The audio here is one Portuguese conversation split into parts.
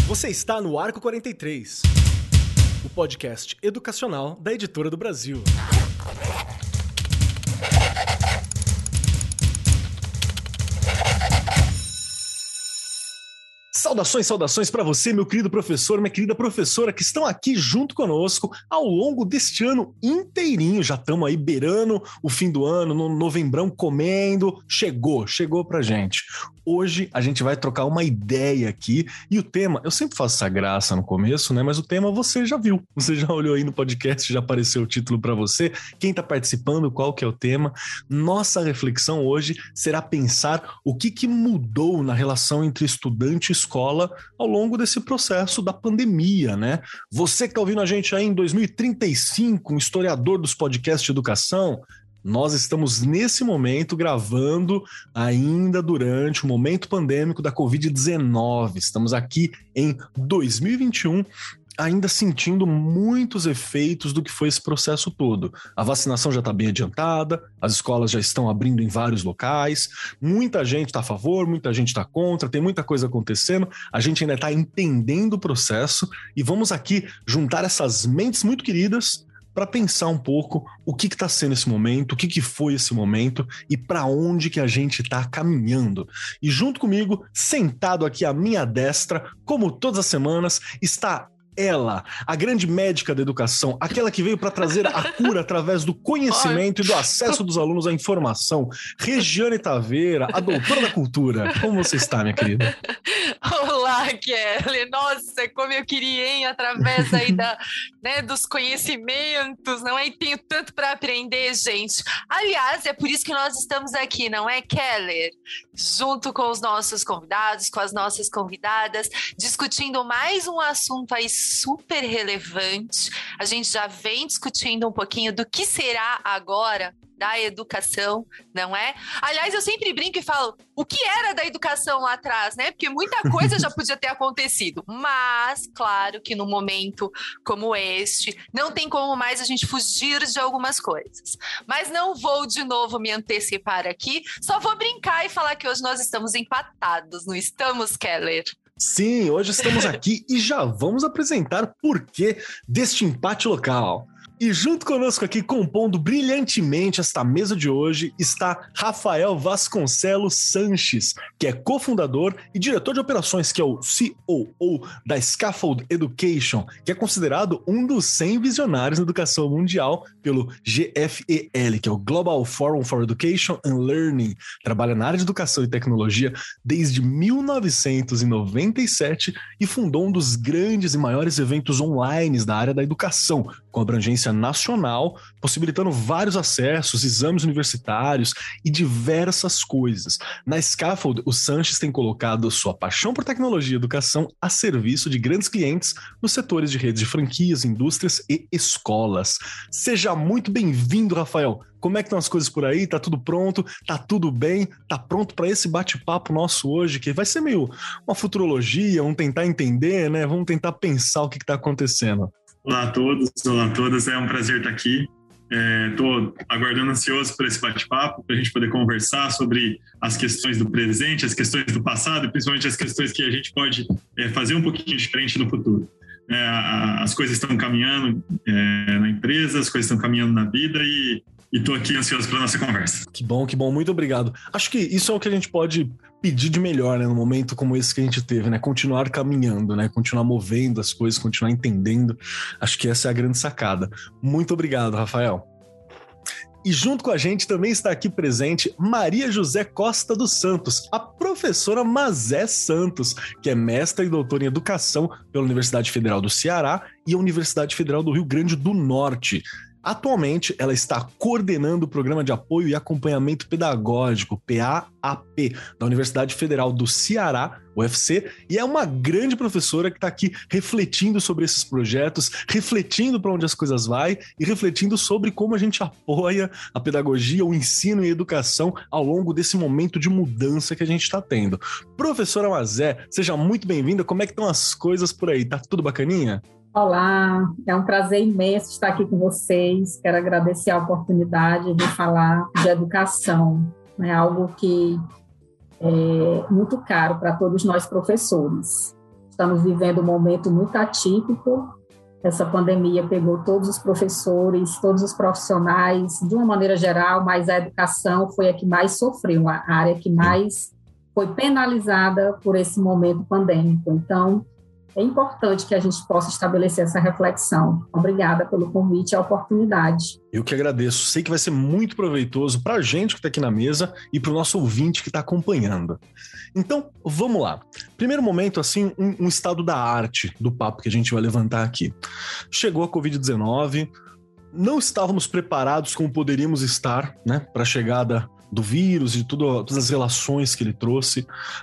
Você está no Arco 43, o podcast educacional da Editora do Brasil. Saudações para você, meu querido professor, minha querida professora, que estão aqui junto conosco ao longo deste ano inteirinho. Já estamos aí beirando o fim do ano, no novembrão comendo. Chegou pra gente. Hoje a gente vai trocar uma ideia aqui e o tema, eu sempre faço essa graça no começo, né? Mas o tema você já viu, você já olhou aí no podcast, já apareceu o título para você. Quem está participando, qual que é o tema? Nossa reflexão hoje será pensar o que mudou na relação entre estudante e escola ao longo desse processo da pandemia, né? Você que está ouvindo a gente aí em 2035, um historiador dos podcasts de educação, nós estamos nesse momento gravando ainda durante o momento pandêmico da Covid-19. Estamos aqui em 2021, ainda sentindo muitos efeitos do que foi esse processo todo. A vacinação já está bem adiantada, as escolas já estão abrindo em vários locais, muita gente está a favor, muita gente está contra, tem muita coisa acontecendo, a gente ainda está entendendo o processo e vamos aqui juntar essas mentes muito queridas para pensar um pouco o que está sendo esse momento, o que foi esse momento e para onde que a gente está caminhando. E junto comigo, sentado aqui à minha destra, como todas as semanas, está ela, a grande médica da educação, aquela que veio para trazer a cura através do conhecimento e do acesso dos alunos à informação, Regiane Taveira, a doutora da cultura. Como você está, minha querida? Olá, Kelly. Nossa, como eu queria, hein? Através aí dos conhecimentos, não é? E tenho tanto para aprender, gente. Aliás, é por isso que nós estamos aqui, não é, Kelly? Junto com os nossos convidados, com as nossas convidadas, discutindo mais um assunto aí super relevante. A gente já vem discutindo um pouquinho do que será agora da educação, não é? Aliás, eu sempre brinco e falo, o que era da educação lá atrás, né? Porque muita coisa já podia ter acontecido. Mas, claro que num momento como este, não tem como mais a gente fugir de algumas coisas. Mas não vou de novo me antecipar aqui, só vou brincar e falar que hoje nós estamos empatados, não estamos, Keller? Sim, hoje estamos aqui e já vamos apresentar o porquê deste empate local. E junto conosco aqui, compondo brilhantemente esta mesa de hoje, está Rafael Vasconcelos Sanches, que é cofundador e diretor de operações, que é o COO da Scaffold Education, que é considerado um dos 100 visionários na educação mundial pelo GFEL, que é o Global Forum for Education and Learning. Trabalha na área de educação e tecnologia desde 1997 e fundou um dos grandes e maiores eventos online da área da educação, com abrangência nacional, possibilitando vários acessos, exames universitários e diversas coisas. Na Scaffold, o Sanches tem colocado sua paixão por tecnologia e educação a serviço de grandes clientes nos setores de redes de franquias, indústrias e escolas. Seja muito bem-vindo, Rafael. Como é que estão as coisas por aí? Tá tudo pronto? Tá tudo bem? Tá pronto para esse bate-papo nosso hoje, que vai ser meio uma futurologia, vamos tentar entender, né? Vamos tentar pensar o que está acontecendo. Olá a todos, olá a todas, é um prazer estar aqui. Estou aguardando ansioso por esse bate-papo, para a gente poder conversar sobre as questões do presente, as questões do passado e principalmente as questões que a gente pode fazer um pouquinho diferente no futuro. As coisas estão caminhando na empresa, as coisas estão caminhando na vida e estou aqui ansioso pela nossa conversa. Que bom, muito obrigado. Acho que isso é o que a gente pode pedir de melhor, né, no momento como esse que a gente teve, né, continuar caminhando, né, continuar movendo as coisas, continuar entendendo. Acho que essa é a grande sacada. Muito obrigado, Rafael. E junto com a gente também está aqui presente Maria José Costa dos Santos, a professora Mazé Santos, que é mestra e doutora em educação pela Universidade Federal do Ceará e a Universidade Federal do Rio Grande do Norte. Atualmente, ela está coordenando o Programa de Apoio e Acompanhamento Pedagógico, PAAP, da Universidade Federal do Ceará, UFC, e é uma grande professora que está aqui refletindo sobre esses projetos, refletindo para onde as coisas vão e refletindo sobre como a gente apoia a pedagogia, o ensino e a educação ao longo desse momento de mudança que a gente está tendo. Professora Mazé, seja muito bem-vinda. Como é que estão as coisas por aí? Tá tudo bacaninha? Olá, é um prazer imenso estar aqui com vocês. Quero agradecer a oportunidade de falar de educação. É algo que é muito caro para todos nós professores. estamos vivendo um momento muito atípico. Essa pandemia pegou todos os professores, todos os profissionais, de uma maneira geral, mas a educação foi a que mais sofreu, a área que mais foi penalizada por esse momento pandêmico. Então, é importante que a gente possa estabelecer essa reflexão. Obrigada pelo convite e a oportunidade. Eu que agradeço. Sei que vai ser muito proveitoso para a gente que está aqui na mesa e para o nosso ouvinte que está acompanhando. Então, vamos lá. Primeiro momento, assim, um estado da arte do papo que a gente vai levantar aqui. Chegou a Covid-19, não estávamos preparados como poderíamos estar, né, para a chegada do vírus e todas as relações que ele trouxe.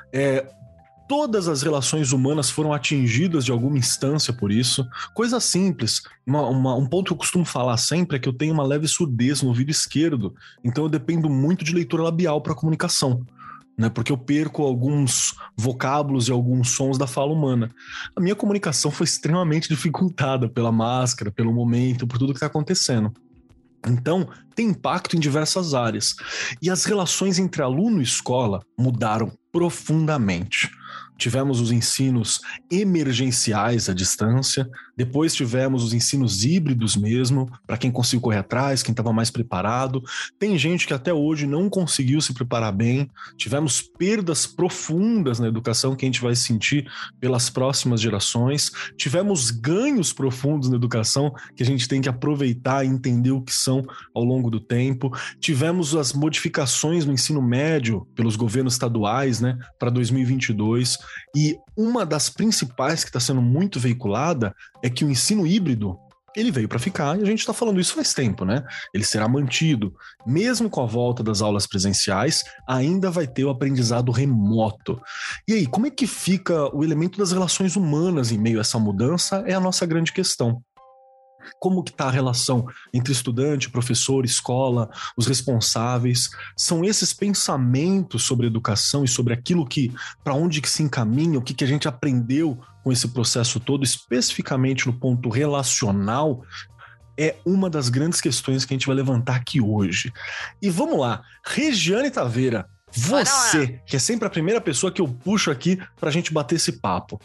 Todas as relações humanas foram atingidas de alguma instância por isso. Coisa simples. Um ponto que eu costumo falar sempre é que eu tenho uma leve surdez no ouvido esquerdo, então eu dependo muito de leitura labial para comunicação, né? Porque eu perco alguns vocábulos e alguns sons da fala humana. A minha comunicação foi extremamente dificultada pela máscara, pelo momento, por tudo que está acontecendo. Então, tem impacto em diversas áreas. E as relações entre aluno e escola mudaram profundamente. Tivemos os ensinos emergenciais à distância, depois tivemos os ensinos híbridos mesmo, para quem conseguiu correr atrás, quem estava mais preparado. Tem gente que até hoje não conseguiu se preparar bem. Tivemos perdas profundas na educação que a gente vai sentir pelas próximas gerações. Tivemos ganhos profundos na educação que a gente tem que aproveitar e entender o que são ao longo do tempo. Tivemos as modificações no ensino médio pelos governos estaduais, né, para 2022. E uma das principais que está sendo muito veiculada é que o ensino híbrido, ele veio para ficar, e a gente está falando isso faz tempo, né? Ele será mantido. Mesmo com a volta das aulas presenciais, ainda vai ter o aprendizado remoto. E aí, como é que fica o elemento das relações humanas em meio a essa mudança? É a nossa grande questão. Como que está a relação entre estudante, professor, escola, os responsáveis? São esses pensamentos sobre educação e sobre aquilo que, para onde que se encaminha, o que a gente aprendeu com esse processo todo, especificamente no ponto relacional, é uma das grandes questões que a gente vai levantar aqui hoje. E vamos lá, Regiane Taveira, você, que é sempre a primeira pessoa que eu puxo aqui para a gente bater esse papo.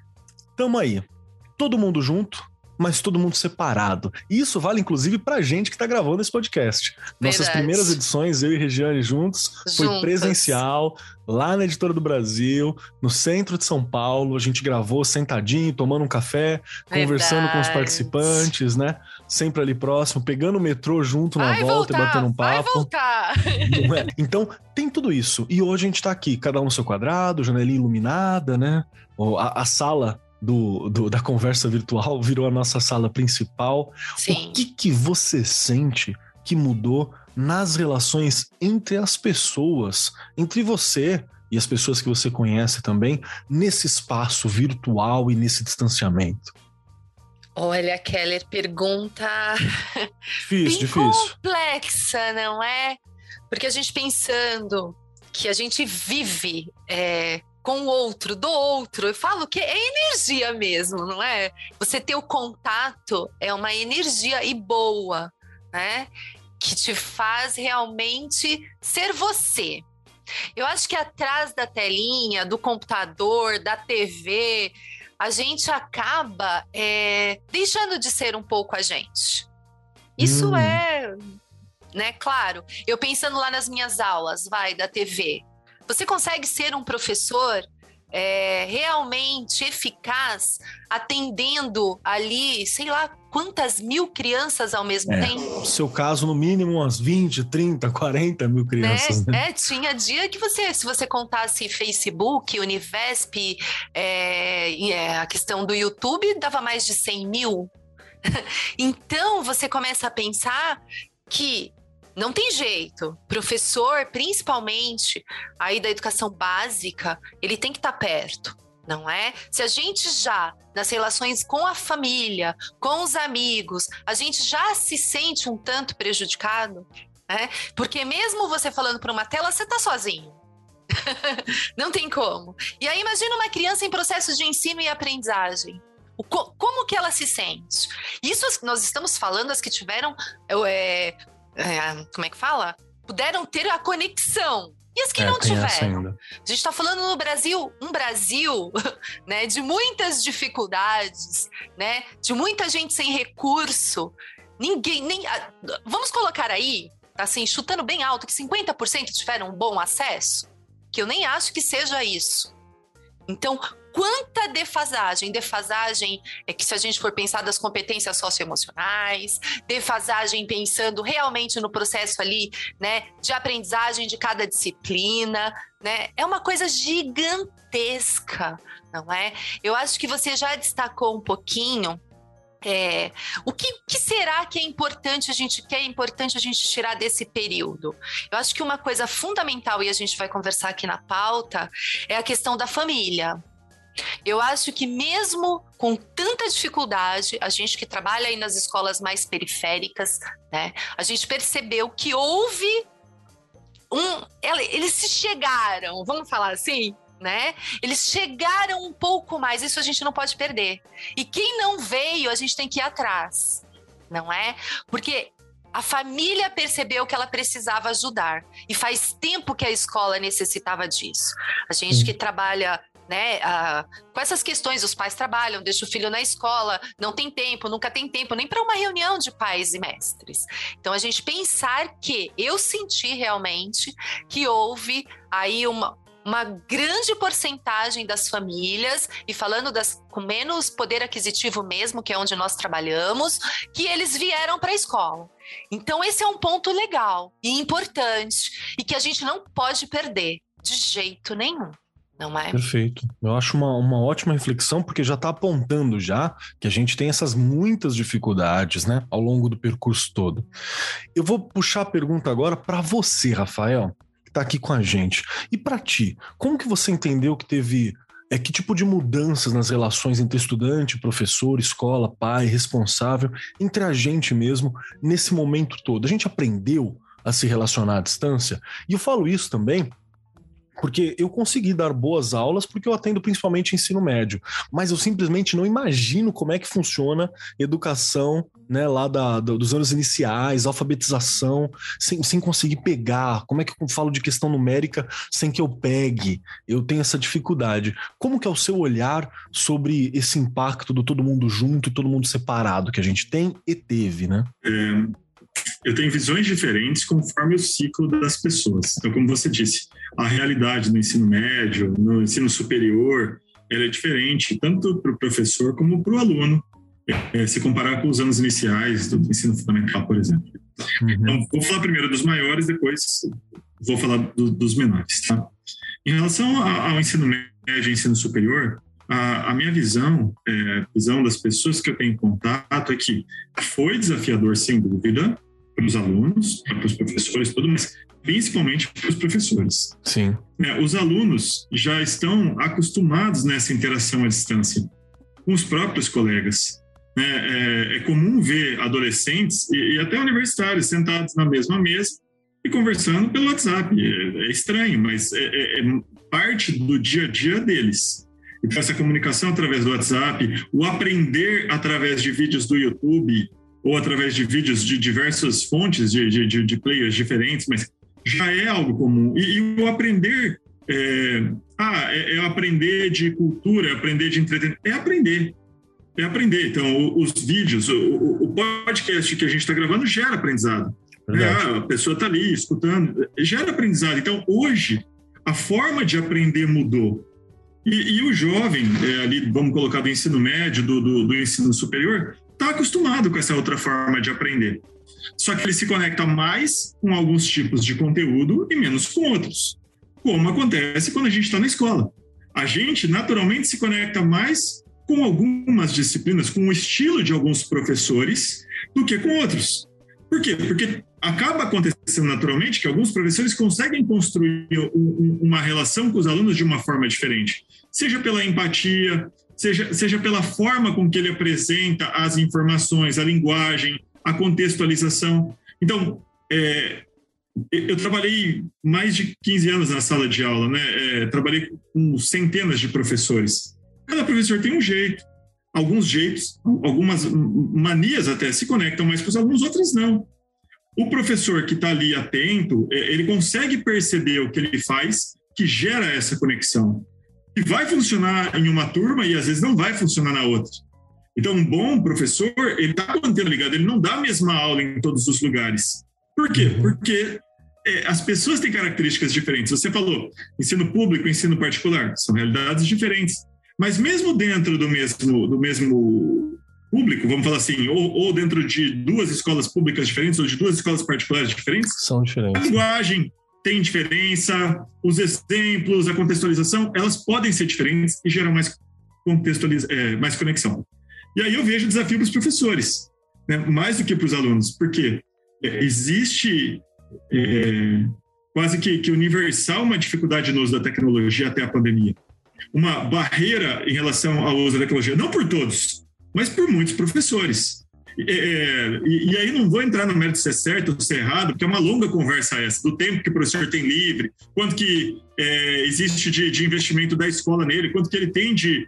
Tamo aí, todo mundo junto, mas todo mundo separado. E isso vale, inclusive, pra gente que tá gravando esse podcast. Nossas primeiras edições, eu e Regiane juntos, foi presencial, lá na Editora do Brasil, no centro de São Paulo. A gente gravou sentadinho, tomando um café, conversando com os participantes, né? Sempre ali próximo, pegando o metrô junto na volta e batendo um papo. Vai voltar! Então, tem tudo isso. E hoje a gente tá aqui, cada um no seu quadrado, janelinha iluminada, né? A sala da conversa virtual virou a nossa sala principal. Sim. O que você sente que mudou nas relações entre as pessoas, entre você e as pessoas que você conhece também, nesse espaço virtual e nesse distanciamento? Olha, Keller, pergunta difícil. Complexa, não é? Porque a gente pensando que a gente vive com o outro, do outro, eu falo que é energia mesmo, não é? Você ter o contato é uma energia e boa, né? Que te faz realmente ser você. Eu acho que atrás da telinha, do computador, da TV, a gente acaba deixando de ser um pouco a gente. Isso né? Claro, eu pensando lá nas minhas aulas, da TV. Você consegue ser um professor realmente eficaz, atendendo ali, sei lá, quantas mil crianças ao mesmo tempo? No seu caso, no mínimo umas 20, 30, 40 mil crianças. Né? Tinha dia que se você contasse Facebook, Univesp, a questão do YouTube, dava mais de 100 mil. Então, você começa a pensar que não tem jeito. Professor, principalmente aí da educação básica, ele tem que estar perto, não é? Se a gente já, nas relações com a família, com os amigos, a gente já se sente um tanto prejudicado, né? Porque mesmo você falando por uma tela, você está sozinho. Não tem como. E aí imagina uma criança em processo de ensino e aprendizagem. Como que ela se sente? Isso nós estamos falando as que tiveram... como é que fala? Puderam ter a conexão, E as que não tiveram? Ainda. A gente está falando no Brasil, um Brasil, né, de muitas dificuldades, né, de muita gente sem recurso. Vamos colocar aí, assim, chutando bem alto, que 50% tiveram um bom acesso, que eu nem acho que seja isso. Então, quanta defasagem? Defasagem é que, se a gente for pensar das competências socioemocionais, defasagem pensando realmente no processo ali, né, de aprendizagem de cada disciplina, né? É uma coisa gigantesca, não é? Eu acho que você já destacou um pouquinho. O que será que é importante a gente tirar desse período? Eu acho que uma coisa fundamental, e a gente vai conversar aqui na pauta, é a questão da família. Eu acho que mesmo com tanta dificuldade, a gente que trabalha aí nas escolas mais periféricas, né, a gente percebeu que houve eles se chegaram, vamos falar assim, né? Eles chegaram um pouco mais, isso a gente não pode perder. E quem não veio, a gente tem que ir atrás, não é? Porque a família percebeu que ela precisava ajudar. E faz tempo que a escola necessitava disso. A gente que trabalha, né, com essas questões, os pais trabalham, deixa o filho na escola, não tem tempo, nunca tem tempo, nem para uma reunião de pais e mestres. Então, a gente pensar que eu senti realmente que houve aí uma grande porcentagem das famílias, e falando com menos poder aquisitivo mesmo, que é onde nós trabalhamos, que eles vieram para a escola. Então, esse é um ponto legal e importante, e que a gente não pode perder de jeito nenhum. Não é? Perfeito. Eu acho uma ótima reflexão, porque já está apontando já que a gente tem essas muitas dificuldades, né, ao longo do percurso todo. Eu vou puxar a pergunta agora para você, Rafael, que está aqui com a gente. E para ti, como que você entendeu que teve... que tipo de mudanças nas relações entre estudante, professor, escola, pai, responsável, entre a gente mesmo, nesse momento todo? A gente aprendeu a se relacionar à distância? E eu falo isso também porque eu consegui dar boas aulas, porque eu atendo principalmente ensino médio, mas eu simplesmente não imagino como é que funciona educação, né, lá dos anos iniciais, alfabetização, sem conseguir pegar. Como é que eu falo de questão numérica sem que eu pegue? Eu tenho essa dificuldade. Como que é o seu olhar sobre esse impacto do todo mundo junto e todo mundo separado que a gente tem e teve, né? Eu tenho visões diferentes conforme o ciclo das pessoas. Então, como você disse, a realidade no ensino médio, no ensino superior, ela é diferente, tanto para o professor como para o aluno, se comparar com os anos iniciais do ensino fundamental, por exemplo. Então, vou falar primeiro dos maiores, depois vou falar dos menores. Tá? Em relação ao ensino médio e ensino superior, a minha visão, a visão das pessoas que eu tenho contato é que foi desafiador, sem dúvida, para os alunos, para os professores, tudo, mas principalmente para os professores. Sim. Os alunos já estão acostumados nessa interação à distância com os próprios colegas. É comum ver adolescentes e até universitários sentados na mesma mesa e conversando pelo WhatsApp. É estranho, mas é parte do dia a dia deles. Então, essa comunicação através do WhatsApp, o aprender através de vídeos do YouTube ou através de vídeos de diversas fontes de players diferentes, mas já é algo comum. E o aprender, aprender de cultura, aprender de entretenimento, é aprender. Então, os vídeos, o podcast que a gente está gravando gera aprendizado. A pessoa está ali escutando, gera aprendizado. Então, hoje, a forma de aprender mudou. E o jovem, ali, vamos colocar do ensino médio, do ensino superior, está acostumado com essa outra forma de aprender. Só que ele se conecta mais com alguns tipos de conteúdo e menos com outros, como acontece quando a gente está na escola. A gente, naturalmente, se conecta mais com algumas disciplinas, com o estilo de alguns professores, do que com outros. Por quê? Porque acaba acontecendo naturalmente que alguns professores conseguem construir uma relação com os alunos de uma forma diferente, seja pela empatia, seja pela forma com que ele apresenta as informações, a linguagem, a contextualização. Então, eu trabalhei mais de 15 anos na sala de aula, né? Trabalhei com centenas de professores. Cada professor tem um jeito, alguns jeitos, algumas manias até se conectam mais com os alunos, outras não. o professor que está ali atento, ele consegue perceber o que ele faz, que gera essa conexão. Que vai funcionar em uma turma e às vezes não vai funcionar na outra. Então, um bom professor, ele está com a antena ligada, ele não dá a mesma aula em todos os lugares. Por quê? Porque as pessoas têm características diferentes. Você falou ensino público, ensino particular, são realidades diferentes. Mas mesmo dentro do mesmo público, vamos falar assim, ou dentro de duas escolas públicas diferentes ou de duas escolas particulares diferentes, são diferentes. A linguagem tem diferença, os exemplos, a contextualização, elas podem ser diferentes e geram mais conexão. E aí eu vejo desafio para os professores, né? Mais do que para os alunos, porque existe quase que universal uma dificuldade no uso da tecnologia até a pandemia. Uma barreira em relação ao uso da tecnologia, não por todos, mas por muitos professores. E aí não vou entrar no mérito se é certo ou se é errado, porque é uma longa conversa essa, do tempo que o professor tem livre, quanto que existe de investimento da escola nele, quanto que ele tem de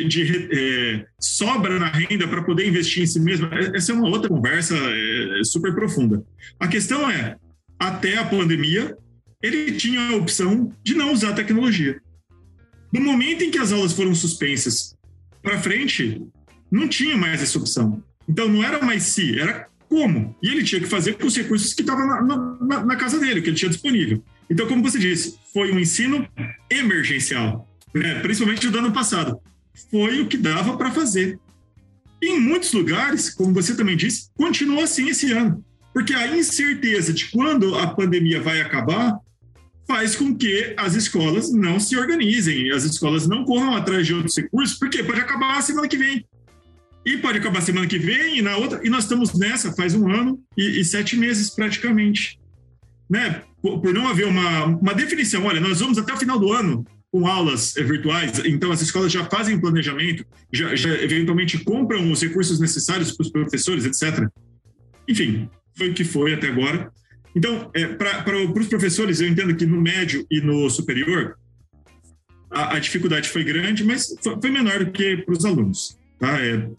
sobra na renda para poder investir em si mesmo. Essa é uma outra conversa super profunda. A questão é, até a pandemia, ele tinha a opção de não usar a tecnologia. No momento em que as aulas foram suspensas para frente, não tinha mais essa opção. Então, não era mais se, era como. E ele tinha que fazer com os recursos que estavam na casa dele, que ele tinha disponível. Então, como você disse, foi um ensino emergencial, né? Principalmente do ano passado. Foi o que dava para fazer. E em muitos lugares, como você também disse, continuou assim esse ano. Porque a incerteza de quando a pandemia vai acabar faz com que as escolas não se organizem, as escolas não corram atrás de outros recursos, porque pode acabar a semana que vem. E pode acabar semana que vem e na outra, e nós estamos nessa faz 1 ano e 7 meses praticamente, né? Por não haver uma definição, olha, nós vamos até o final do ano com aulas virtuais, então as escolas já fazem planejamento, já eventualmente compram os recursos necessários para os professores, etc. Enfim, foi o que foi até agora. Então, para os professores, eu entendo que no médio e no superior, a dificuldade foi grande, mas foi menor do que para os alunos, tá?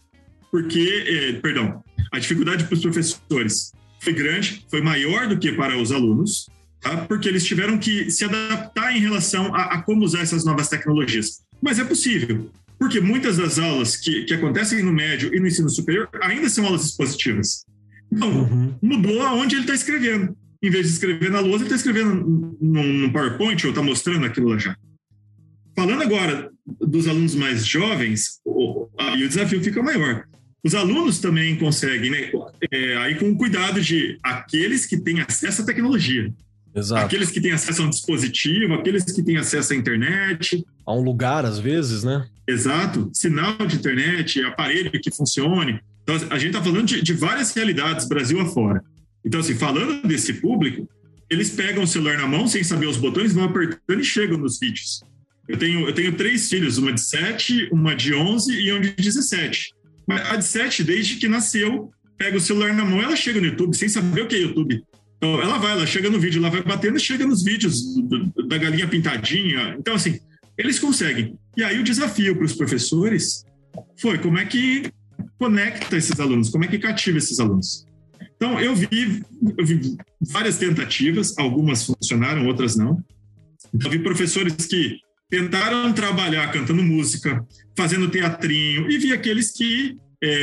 A dificuldade para os professores foi grande, foi maior do que para os alunos, tá? Porque eles tiveram que se adaptar em relação a como usar essas novas tecnologias. Mas é possível, porque muitas das aulas que acontecem no médio e no ensino superior ainda são aulas expositivas. Então, mudou aonde ele está escrevendo. Em vez de escrever na lousa, ele está escrevendo num PowerPoint ou está mostrando aquilo lá já. Falando agora dos alunos mais jovens, aí o desafio fica maior. Os alunos também conseguem, né? Aí com o cuidado de aqueles que têm acesso à tecnologia. Exato. Aqueles que têm acesso a um dispositivo, aqueles que têm acesso à internet. A um lugar, às vezes, né? Exato. Sinal de internet, aparelho que funcione. Então, a gente está falando de várias realidades, Brasil afora. Então, assim, falando desse público, eles pegam o celular na mão, sem saber os botões, vão apertando e chegam nos vídeos. Eu tenho 3 filhos, uma de 7, uma de 11 e uma de 17. Mas a de 7, desde que nasceu, pega o celular na mão, ela chega no YouTube, sem saber o que é YouTube. Então, ela chega no vídeo, ela vai batendo e chega nos vídeos da galinha pintadinha. Então, assim, eles conseguem. E aí o desafio para os professores foi como é que conecta esses alunos, como é que cativa esses alunos. Então, eu vi várias tentativas, algumas funcionaram, outras não. Então, eu vi professores que tentaram trabalhar cantando música, fazendo teatrinho, e vi aqueles que,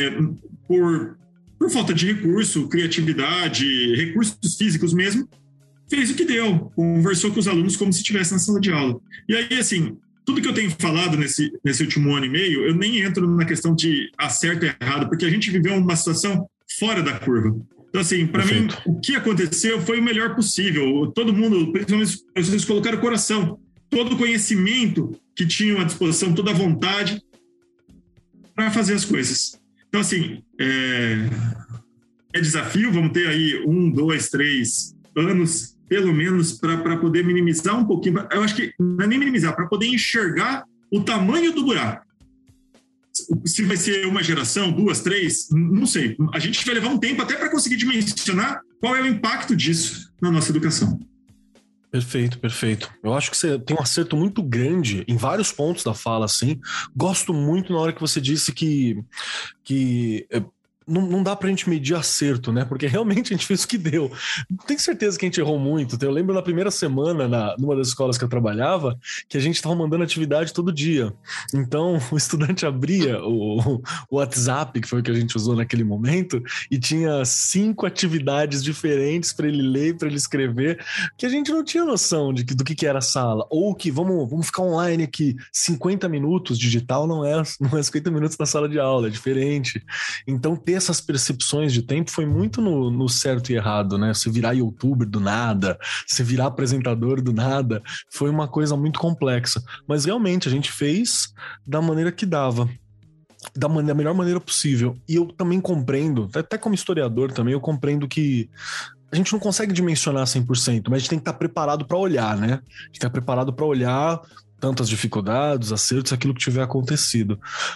por falta de recurso, criatividade, recursos físicos mesmo, fez o que deu, conversou com os alunos como se estivesse na sala de aula. E aí, assim, tudo que eu tenho falado nesse último ano e meio, eu nem entro na questão de acerto e errado, porque a gente viveu uma situação fora da curva. Então, assim, para mim, o que aconteceu foi o melhor possível. Todo mundo, principalmente os professores, colocaram o coração, todo o conhecimento que tinham à disposição, toda a vontade para fazer as coisas. Então, assim, é desafio, vamos ter aí 1, 2, 3 anos, pelo menos, para poder minimizar um pouquinho. Eu acho que não é nem minimizar, para poder enxergar o tamanho do buraco. Se vai ser uma geração, 2, 3, não sei. A gente vai levar um tempo até para conseguir dimensionar qual é o impacto disso na nossa educação. Perfeito, perfeito. Eu acho que você tem um acerto muito grande em vários pontos da fala, assim. Gosto muito na hora que você disse que não dá pra gente medir acerto, né? Porque realmente a gente fez o que deu. Tenho certeza que a gente errou muito. Eu lembro na primeira semana, numa das escolas que eu trabalhava, que a gente estava mandando atividade todo dia. Então, o estudante abria o WhatsApp, que foi o que a gente usou naquele momento, e tinha 5 atividades diferentes para ele ler, para ele escrever, que a gente não tinha noção do que era a sala. Ou que vamos ficar online aqui, 50 minutos digital não é 50 minutos na sala de aula, é diferente. Então, ter essas percepções de tempo foi muito no certo e errado, né? Você virar youtuber do nada, você virar apresentador do nada, foi uma coisa muito complexa. Mas realmente a gente fez da maneira que dava, da melhor maneira possível. E eu também compreendo, até como historiador também, eu compreendo que a gente não consegue dimensionar 100%, mas a gente tem que estar preparado para olhar, né? A gente tem que estar preparado para olhar tantas dificuldades, acertos, aquilo que tiver acontecido.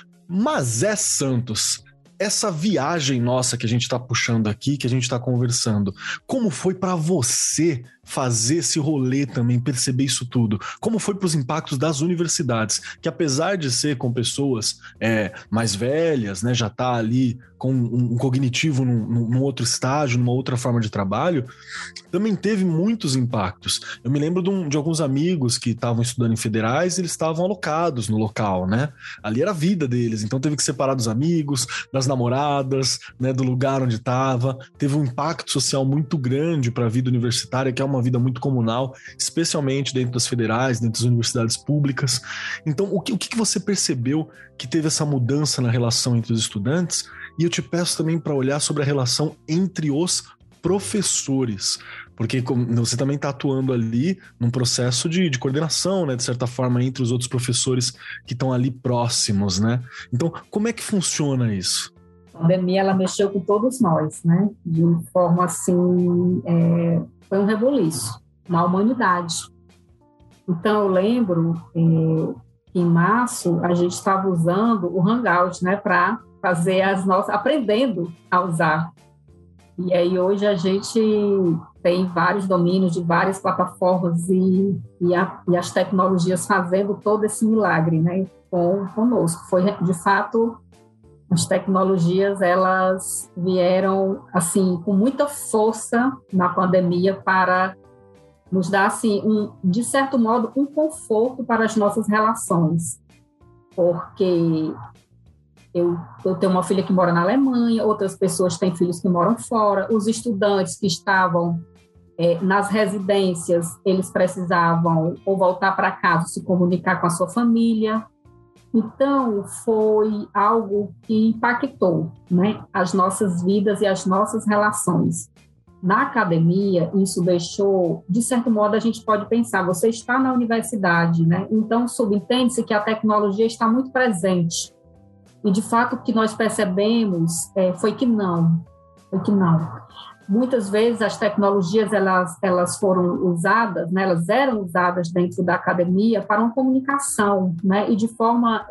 Mas Santos, essa viagem nossa que a gente está puxando aqui, que a gente está conversando, como foi para você fazer esse rolê também, perceber isso tudo? Como foi para os impactos das universidades, que apesar de ser com pessoas mais velhas, né, já tá ali com um cognitivo num outro estágio, numa outra forma de trabalho, também teve muitos impactos. Eu me lembro de alguns amigos que estavam estudando em federais, eles estavam alocados no local, né? Ali era a vida deles, então teve que separar dos amigos, das namoradas, né, do lugar onde estava. Teve um impacto social muito grande para a vida universitária, que é uma vida muito comunal, especialmente dentro das federais, dentro das universidades públicas. Então, o que você percebeu que teve essa mudança na relação entre os estudantes? E eu te peço também para olhar sobre a relação entre os professores, porque você também está atuando ali num processo de coordenação, né, de certa forma, entre os outros professores que estão ali próximos, né? Então, como é que funciona isso? A pandemia, ela mexeu com todos nós, né? De uma forma, assim, foi um rebuliço na humanidade. Então, eu lembro que em março a gente estava usando o Hangout, né, para fazer aprendendo a usar. E aí hoje a gente tem vários domínios de várias plataformas e as tecnologias fazendo todo esse milagre, né, conosco. Foi, de fato, as tecnologias, elas vieram, assim, com muita força na pandemia para nos dar, assim, de certo modo, um conforto para as nossas relações. Porque eu tenho uma filha que mora na Alemanha, outras pessoas têm filhos que moram fora, os estudantes que estavam nas residências, eles precisavam ou voltar para casa, se comunicar com a sua família. Então, foi algo que impactou, né, as nossas vidas e as nossas relações. Na academia, isso deixou, de certo modo, a gente pode pensar, você está na universidade, né? Então, subentende-se que a tecnologia está muito presente. E, de fato, o que nós percebemos foi que não. Muitas vezes as tecnologias elas foram usadas, né, elas eram usadas dentro da academia para uma comunicação, né, e de forma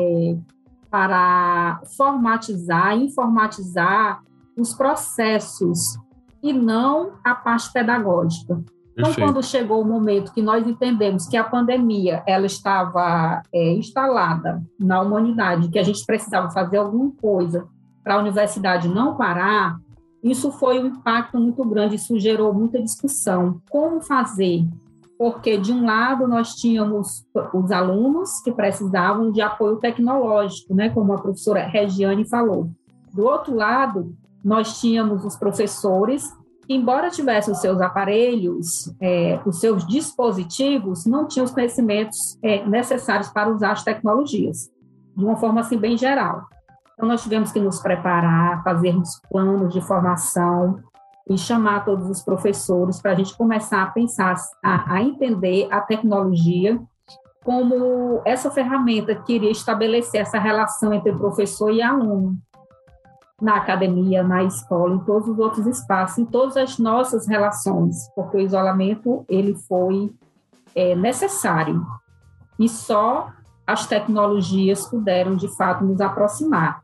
para formatizar, informatizar os processos e não a parte pedagógica. Então, quando chegou o momento que nós entendemos que a pandemia ela estava instalada na humanidade, que a gente precisava fazer alguma coisa para a universidade não parar, isso foi um impacto muito grande, isso gerou muita discussão. Como fazer? Porque, de um lado, nós tínhamos os alunos que precisavam de apoio tecnológico, né, como a professora Regiane falou. Do outro lado, nós tínhamos os professores que, embora tivessem os seus aparelhos, os seus dispositivos, não tinham os conhecimentos necessários para usar as tecnologias, de uma forma assim bem geral. Então, nós tivemos que nos preparar, fazermos planos de formação e chamar todos os professores para a gente começar a pensar, a entender a tecnologia como essa ferramenta que iria estabelecer essa relação entre professor e aluno, na academia, na escola, em todos os outros espaços, em todas as nossas relações, porque o isolamento ele foi necessário e só as tecnologias puderam, de fato, nos aproximar.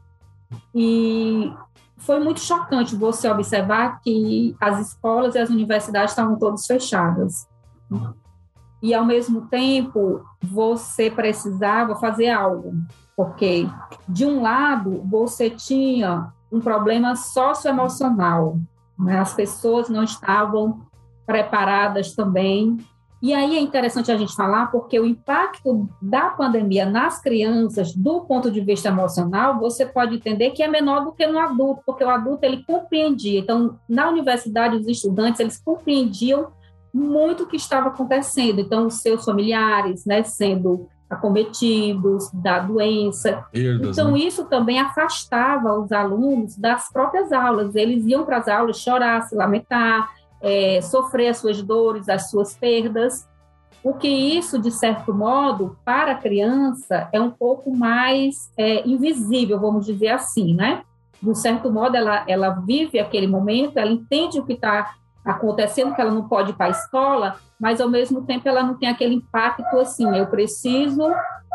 E foi muito chocante você observar que as escolas e as universidades estavam todas fechadas. E, ao mesmo tempo, você precisava fazer algo, porque, de um lado, você tinha um problema socioemocional, né? As pessoas não estavam preparadas também. E aí é interessante a gente falar, porque o impacto da pandemia nas crianças, do ponto de vista emocional, você pode entender que é menor do que no adulto, porque o adulto, ele compreendia. Então, na universidade, os estudantes, eles compreendiam muito o que estava acontecendo. Então, os seus familiares, né, sendo acometidos da doença. Então, né? Isso também afastava os alunos das próprias aulas. Eles iam para as aulas chorar, se lamentar, sofrer as suas dores, as suas perdas, o que isso, de certo modo, para a criança é um pouco mais invisível, vamos dizer assim, né? De certo modo, ela vive aquele momento, ela entende o que está acontecendo, que ela não pode ir para a escola, mas, ao mesmo tempo, ela não tem aquele impacto assim, eu preciso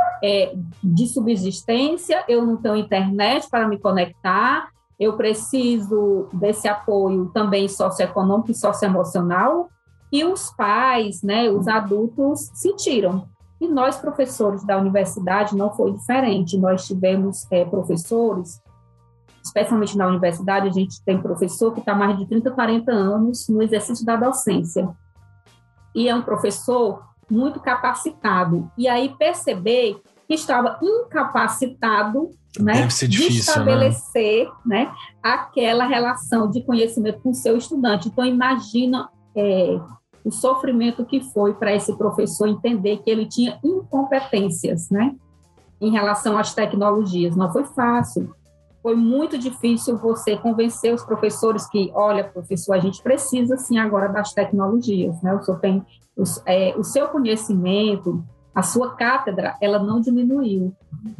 de subsistência, eu não tenho internet para me conectar, eu preciso desse apoio também socioeconômico e socioemocional, e os pais, né, os adultos sentiram. E nós, professores da universidade, não foi diferente. Nós tivemos professores, especialmente na universidade, a gente tem professor que está mais de 30, 40 anos no exercício da docência. E é um professor muito capacitado. E aí perceber que estava incapacitado, né, deve ser difícil, de estabelecer, né, aquela relação de conhecimento com o seu estudante. Então, imagina o sofrimento que foi para esse professor entender que ele tinha incompetências, né, em relação às tecnologias. Não foi fácil. Foi muito difícil você convencer os professores que, olha, professor, a gente precisa, sim, agora das tecnologias, né? O senhor tem o seu conhecimento, a sua cátedra, ela não diminuiu.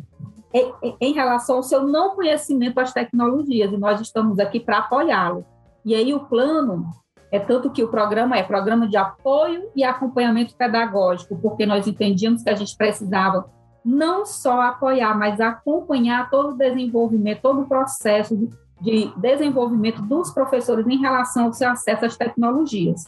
Em relação ao seu não conhecimento às tecnologias, e nós estamos aqui para apoiá-lo. E aí o plano, tanto que o programa é programa de apoio e acompanhamento pedagógico, porque nós entendíamos que a gente precisava não só apoiar, mas acompanhar todo o desenvolvimento, todo o processo de desenvolvimento dos professores em relação ao seu acesso às tecnologias.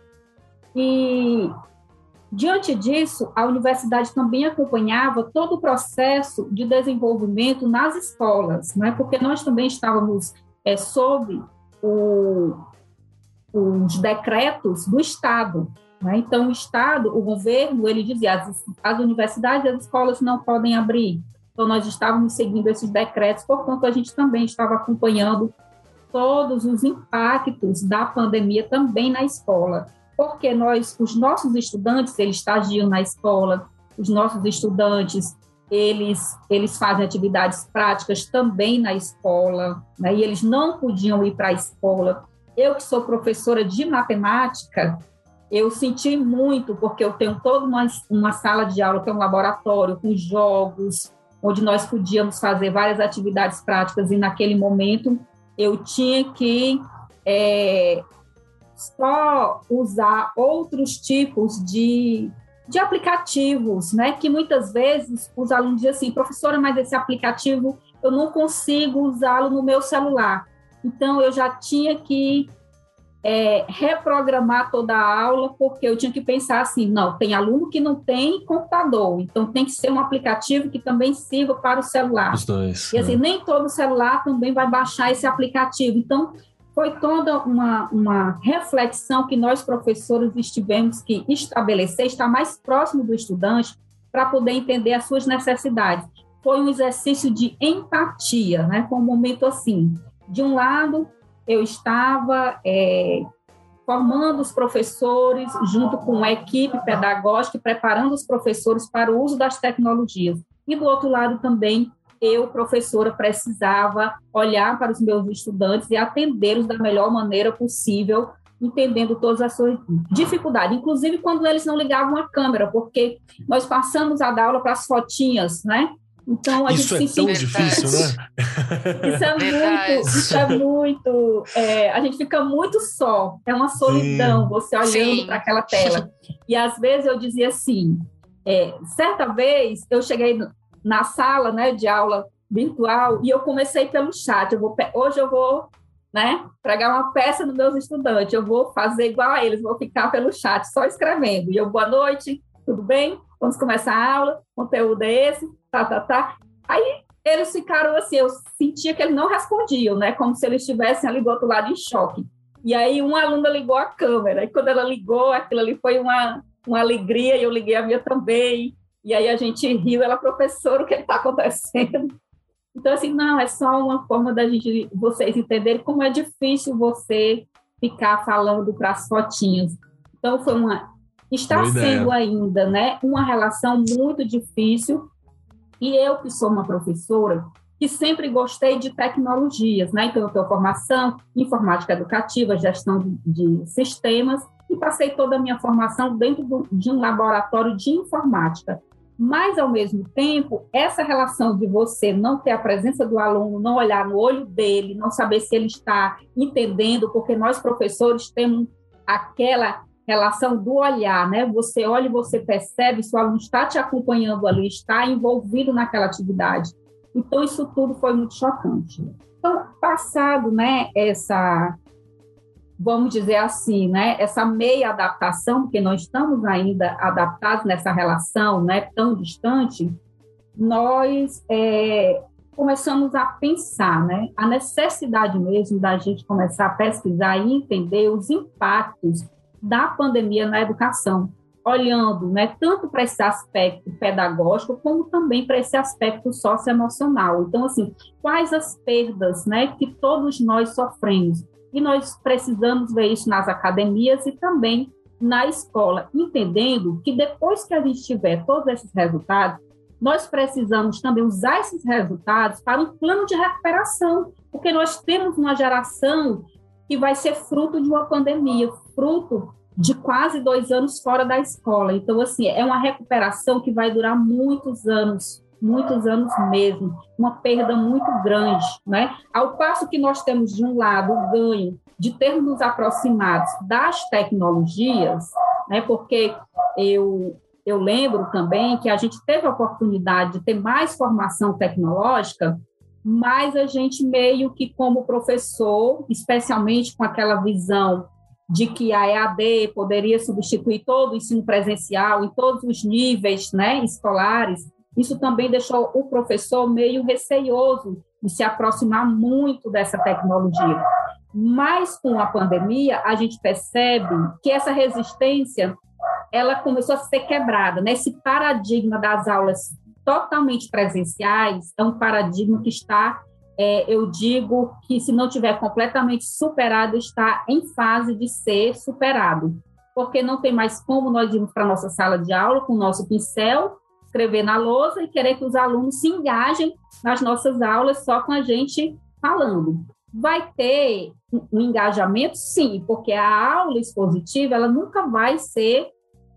E, diante disso, a universidade também acompanhava todo o processo de desenvolvimento nas escolas, né? Porque nós também estávamos sob os decretos do Estado, né? Então, o Estado, o governo, ele dizia as universidades e as escolas não podem abrir. Então, nós estávamos seguindo esses decretos, portanto, a gente também estava acompanhando todos os impactos da pandemia também na escola, porque os nossos estudantes, eles estagiam na escola, os nossos estudantes, eles fazem atividades práticas também na escola, né? E eles não podiam ir para a escola. Eu, que sou professora de matemática, eu senti muito, porque eu tenho toda uma sala de aula, que é um laboratório com jogos, onde nós podíamos fazer várias atividades práticas, e naquele momento eu tinha que só usar outros tipos de aplicativos, né? Que muitas vezes os alunos dizem assim, professora, mas esse aplicativo eu não consigo usá-lo no meu celular. Então, eu já tinha que reprogramar toda a aula, porque eu tinha que pensar assim, não, tem aluno que não tem computador, então tem que ser um aplicativo que também sirva para o celular. Os dois. E assim, nem todo celular também vai baixar esse aplicativo. Então, foi toda uma reflexão que nós, professores, tivemos que estabelecer, estar mais próximo do estudante para poder entender as suas necessidades. Foi um exercício de empatia, né? Foi um momento assim, de um lado, eu estava formando os professores junto com a equipe pedagógica, preparando os professores para o uso das tecnologias. E, do outro lado, também, eu, professora, precisava olhar para os meus estudantes e atendê-los da melhor maneira possível, entendendo todas as suas dificuldades, inclusive quando eles não ligavam a câmera, porque nós passamos a dar aula para as fotinhas, né? Então, isso é tão difícil, né? Isso é muito... a gente fica muito só. É uma solidão, sim, você olhando para aquela tela. E, às vezes, eu dizia assim... certa vez, eu cheguei na sala, né, de aula virtual e eu comecei pelo chat. Hoje eu vou, né, pregar uma peça nos meus estudantes. Eu vou fazer igual a eles, vou ficar pelo chat, só escrevendo. E eu, boa noite, tudo bem? Vamos começar a aula, conteúdo é esse, tá. Aí eles ficaram assim, eu sentia que eles não respondiam, né? Como se eles estivessem ali do outro lado em choque. E aí uma aluna ligou a câmera, e quando ela ligou, aquilo ali foi uma alegria, e eu liguei a minha também, e aí a gente riu, ela, professora, o que está acontecendo? Então, assim, não, é só uma forma da gente, vocês entenderem como é difícil você ficar falando para as fotinhas. Então, está sendo ainda, né, uma relação muito difícil, e eu que sou uma professora, que sempre gostei de tecnologias, né? Então, eu tenho formação em informática educativa, gestão de sistemas, e passei toda a minha formação dentro de um laboratório de informática. Mas, ao mesmo tempo, essa relação de você não ter a presença do aluno, não olhar no olho dele, não saber se ele está entendendo, porque nós, professores, temos aquela relação do olhar, né? Você olha e você percebe se o aluno está te acompanhando ali, está envolvido naquela atividade. Então, isso tudo foi muito chocante. Então, passado, né, vamos dizer assim, né, essa meia adaptação, porque nós estamos ainda adaptados nessa relação, né, tão distante, nós começamos a pensar, né, a necessidade mesmo da gente começar a pesquisar e entender os impactos da pandemia na educação, olhando, né, tanto para esse aspecto pedagógico, como também para esse aspecto socioemocional. Então, assim, quais as perdas, né, que todos nós sofremos? E nós precisamos ver isso nas academias e também na escola, entendendo que depois que a gente tiver todos esses resultados, nós precisamos também usar esses resultados para um plano de recuperação, porque nós temos uma geração que vai ser fruto de uma pandemia, fruto de quase 2 anos fora da escola. Então, assim, é uma recuperação que vai durar muitos anos mesmo, uma perda muito grande, né? Ao passo que nós temos, de um lado, o ganho de termos nos aproximados das tecnologias, né? Porque eu lembro também que a gente teve a oportunidade de ter mais formação tecnológica, mas a gente meio que, como professor, especialmente com aquela visão de que a EAD poderia substituir todo o ensino presencial em todos os níveis, né, escolares, isso também deixou o professor meio receioso de se aproximar muito dessa tecnologia. Mas, com a pandemia, a gente percebe que essa resistência ela começou a ser quebrada, né? Esse paradigma das aulas totalmente presenciais é um paradigma que está, eu digo que, se não tiver completamente superado, está em fase de ser superado, porque não tem mais como nós irmos para a nossa sala de aula com o nosso pincel, escrever na lousa e querer que os alunos se engajem nas nossas aulas só com a gente falando. Vai ter um engajamento? Sim, porque a aula expositiva ela nunca vai ser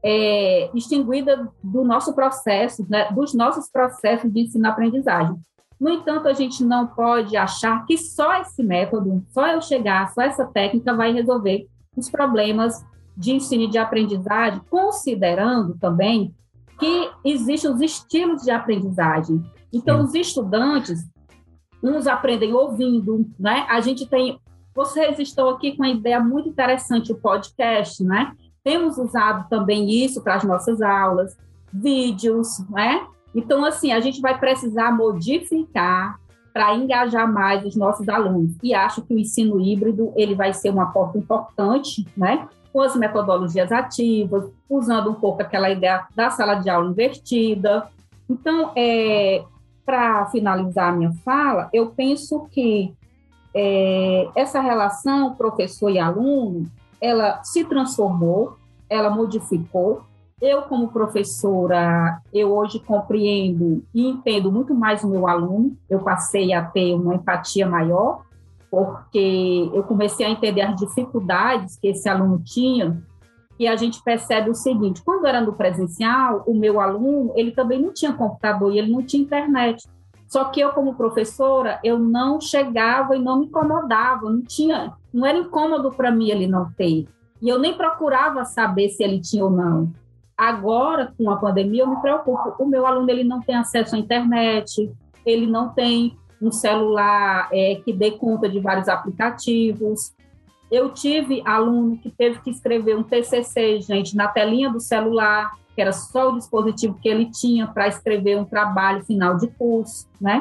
extinguida do nosso processo, né, dos nossos processos de ensino-aprendizagem. No entanto, a gente não pode achar que só esse método, só eu chegar, só essa técnica vai resolver os problemas de ensino e de aprendizagem, considerando também que existem os estilos de aprendizagem. Então, os estudantes, uns aprendem ouvindo, né? A gente tem... Vocês estão aqui com uma ideia muito interessante, o podcast, né? Temos usado também isso para as nossas aulas, vídeos, né? Então, assim, a gente vai precisar modificar para engajar mais os nossos alunos. E acho que o ensino híbrido ele vai ser um aporte importante, né? Com as metodologias ativas, usando um pouco aquela ideia da sala de aula invertida. Então, para finalizar a minha fala, eu penso que essa relação professor e aluno, ela se transformou, ela modificou. Eu, como professora, eu hoje compreendo e entendo muito mais o meu aluno. Eu passei a ter uma empatia maior, porque eu comecei a entender as dificuldades que esse aluno tinha, e a gente percebe o seguinte: quando era no presencial, o meu aluno, ele também não tinha computador e ele não tinha internet. Só que eu, como professora, eu não chegava e não me incomodava, não era incômodo para mim ele não ter. E eu nem procurava saber se ele tinha ou não. Agora, com a pandemia, eu me preocupo. O meu aluno ele não tem acesso à internet, ele não tem um celular que dê conta de vários aplicativos. Eu tive aluno que teve que escrever um TCC, gente, na telinha do celular, que era só o dispositivo que ele tinha para escrever um trabalho final de curso, né?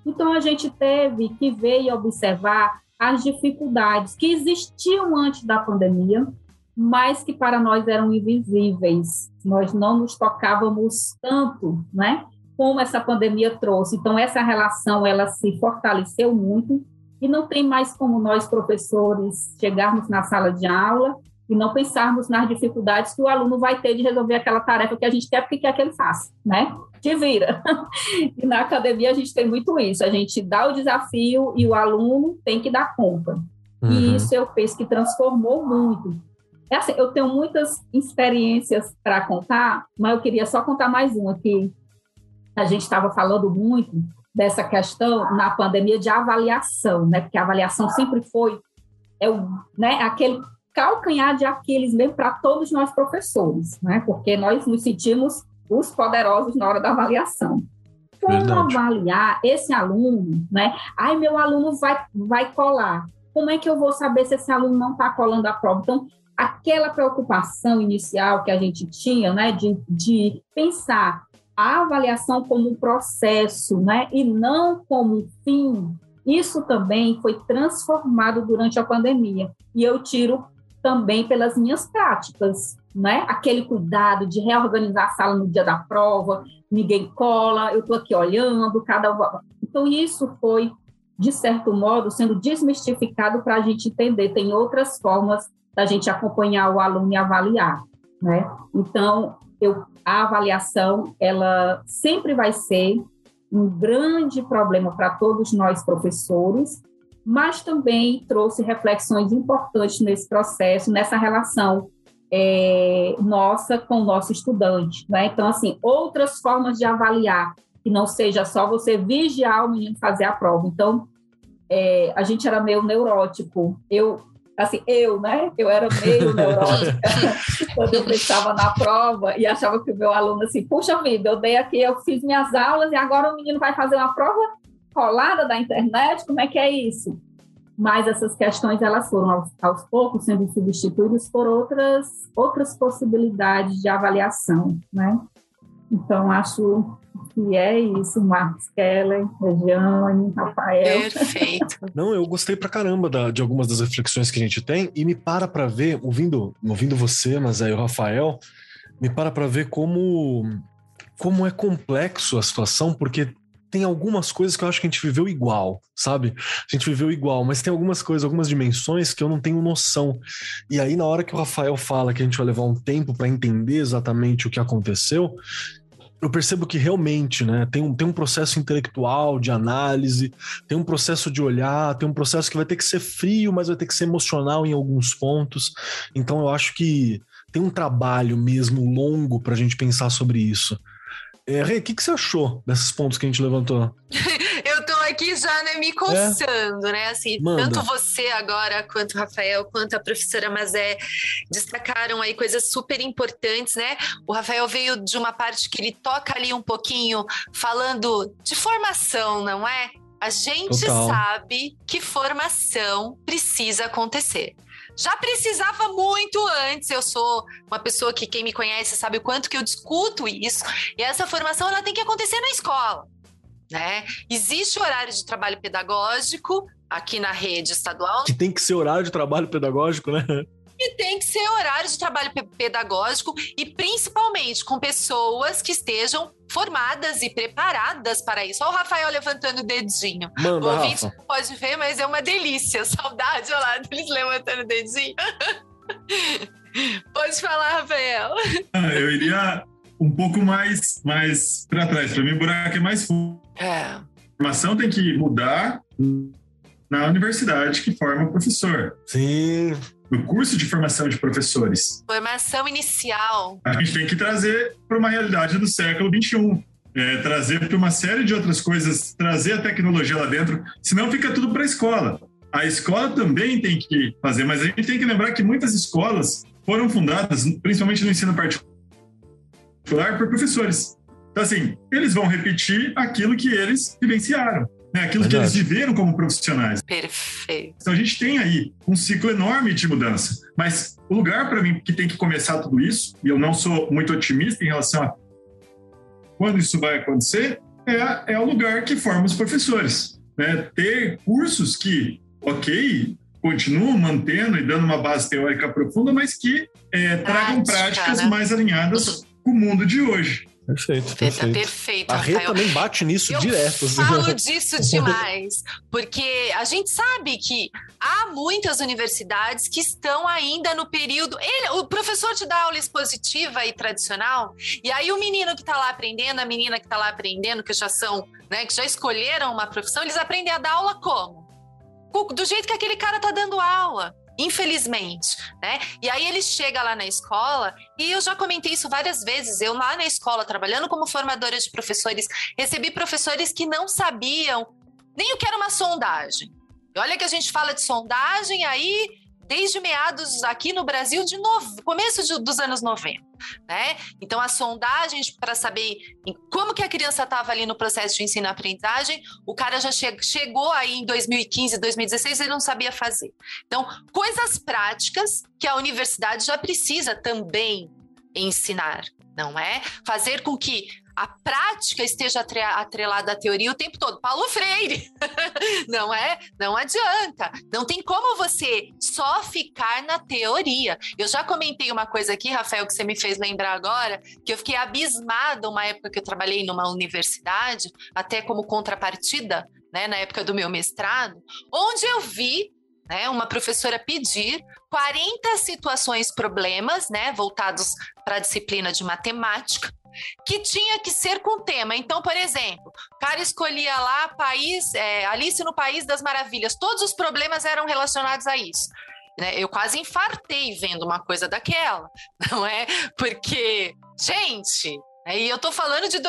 Então, a gente teve que ver e observar as dificuldades que existiam antes da pandemia, mas que para nós eram invisíveis. Nós não nos tocávamos tanto, né, como essa pandemia trouxe. Então, essa relação, ela se fortaleceu muito e não tem mais como nós, professores, chegarmos na sala de aula e não pensarmos nas dificuldades que o aluno vai ter de resolver aquela tarefa que a gente quer, porque quer que ele faça, né? Te vira. E na academia a gente tem muito isso, a gente dá o desafio e o aluno tem que dar conta. E isso eu penso que transformou muito. É assim, eu tenho muitas experiências para contar, mas eu queria só contar mais uma, que a gente estava falando muito dessa questão na pandemia de avaliação, né? Porque a avaliação sempre foi né, aquele calcanhar de Aquiles mesmo para todos nós professores, né? Porque nós nos sentimos os poderosos na hora da avaliação. Como avaliar esse aluno, né? Ai, meu aluno vai colar. Como é que eu vou saber se esse aluno não está colando a prova? Então, aquela preocupação inicial que a gente tinha, né, de pensar a avaliação como um processo, né, e não como um fim, isso também foi transformado durante a pandemia. E eu tiro também pelas minhas práticas, né? Aquele cuidado de reorganizar a sala no dia da prova, ninguém cola, eu estou aqui olhando, Então, isso foi, de certo modo, sendo desmistificado para a gente entender. Tem outras formas da gente acompanhar o aluno e avaliar, né? Então, a avaliação, ela sempre vai ser um grande problema para todos nós professores, mas também trouxe reflexões importantes nesse processo, nessa relação nossa com o nosso estudante, né? Então, assim, outras formas de avaliar, que não seja só você vigiar o menino fazer a prova. Então, a gente era meio neurótico. Eu era meio neurótica quando eu estava na prova e achava que o meu aluno, assim, puxa vida, eu fiz minhas aulas e agora o menino vai fazer uma prova colada da internet, como é que é isso? Mas essas questões, elas foram aos poucos sendo substituídas por outras possibilidades de avaliação, né? Então, acho que é isso, Marcos, Keller, Regiane, Rafael. Perfeito. Não, eu gostei pra caramba de algumas das reflexões que a gente tem e me para ver, ouvindo você, mas aí o Rafael, me para ver como é complexo a situação, porque tem algumas coisas que eu acho que a gente viveu igual, sabe? A gente viveu igual, mas tem algumas coisas, algumas dimensões que eu não tenho noção. E aí, na hora que o Rafael fala que a gente vai levar um tempo para entender exatamente o que aconteceu, eu percebo que realmente, né, tem um processo intelectual de análise, tem um processo de olhar, tem um processo que vai ter que ser frio, mas vai ter que ser emocional em alguns pontos. Então eu acho que tem um trabalho mesmo longo para a gente pensar sobre isso. Rê, o que você achou desses pontos que a gente levantou? Eu tô aqui já, né, me coçando, né? Assim, Manda. tanto você agora, quanto o Rafael, quanto a professora Mazé destacaram aí coisas super importantes, né? O Rafael veio de uma parte que ele toca ali um pouquinho falando de formação, não é? A gente sabe que formação precisa acontecer. Já precisava muito antes, eu sou uma pessoa que quem me conhece sabe o quanto que eu discuto isso, e essa formação ela tem que acontecer na escola, né? Existe o horário de trabalho pedagógico aqui na rede estadual. Que tem que ser horário de trabalho pedagógico, né? E tem que ser horário de trabalho pedagógico e principalmente com pessoas que estejam formadas e preparadas para isso. Olha o Rafael levantando o dedinho. Manda, o ouvinte Rafa. não pode ver, mas é uma delícia. Saudade, olha lá, deles levantando o dedinho. Pode falar, Rafael. Eu iria um pouco mais para trás. Para mim, o buraco é mais fundo. A formação tem que mudar na universidade que forma o professor. Sim. No curso de formação de professores. Formação inicial. A gente tem que trazer para uma realidade do século XXI. Trazer para uma série de outras coisas, trazer a tecnologia lá dentro, senão fica tudo para a escola. A escola também tem que fazer, mas a gente tem que lembrar que muitas escolas foram fundadas, principalmente no ensino particular, por professores. Então, assim, eles vão repetir aquilo que eles vivenciaram. Aquilo que eles viveram como profissionais. Perfeito. Então a gente tem aí um ciclo enorme de mudança, mas o lugar para mim que tem que começar tudo isso, e eu não sou muito otimista em relação a quando isso vai acontecer, é o lugar que forma os professores, né? Ter cursos que, ok, continuam mantendo e dando uma base teórica profunda, mas que tragam práticas, né, mais alinhadas com o mundo de hoje. Perfeito. A Rê também bate nisso direto. Eu falo disso demais, porque a gente sabe que há muitas universidades que estão ainda no período... o professor te dá aula expositiva e tradicional, e aí o menino que está lá aprendendo, a menina que está lá aprendendo, que já são, né, que já escolheram uma profissão, eles aprendem a dar aula como? Do jeito que aquele cara está dando aula. Infelizmente, né? E aí ele chega lá na escola, e eu já comentei isso várias vezes, eu lá na escola, trabalhando como formadora de professores, recebi professores que não sabiam nem o que era uma sondagem. E olha que a gente fala de sondagem aí desde meados aqui no Brasil, começo dos anos 90, né? Então, a sondagem para saber como que a criança estava ali no processo de ensino-aprendizagem, o cara já chegou aí em 2015, 2016, ele não sabia fazer. Então, coisas práticas que a universidade já precisa também ensinar, não é? Fazer com que a prática esteja atrelada à teoria o tempo todo. Paulo Freire, não é? Não adianta. Não tem como você só ficar na teoria. Eu já comentei uma coisa aqui, Rafael, que você me fez lembrar agora, que eu fiquei abismada uma época que eu trabalhei numa universidade, até como contrapartida, né, na época do meu mestrado, onde eu vi, né, uma professora pedir 40 situações, problemas, né, voltados para a disciplina de matemática, que tinha que ser com tema. Então, por exemplo, o cara escolhia lá Alice no País das Maravilhas. Todos os problemas eram relacionados a isso. Né? Eu quase infartei vendo uma coisa daquela, não é? Porque, gente, e eu tô falando de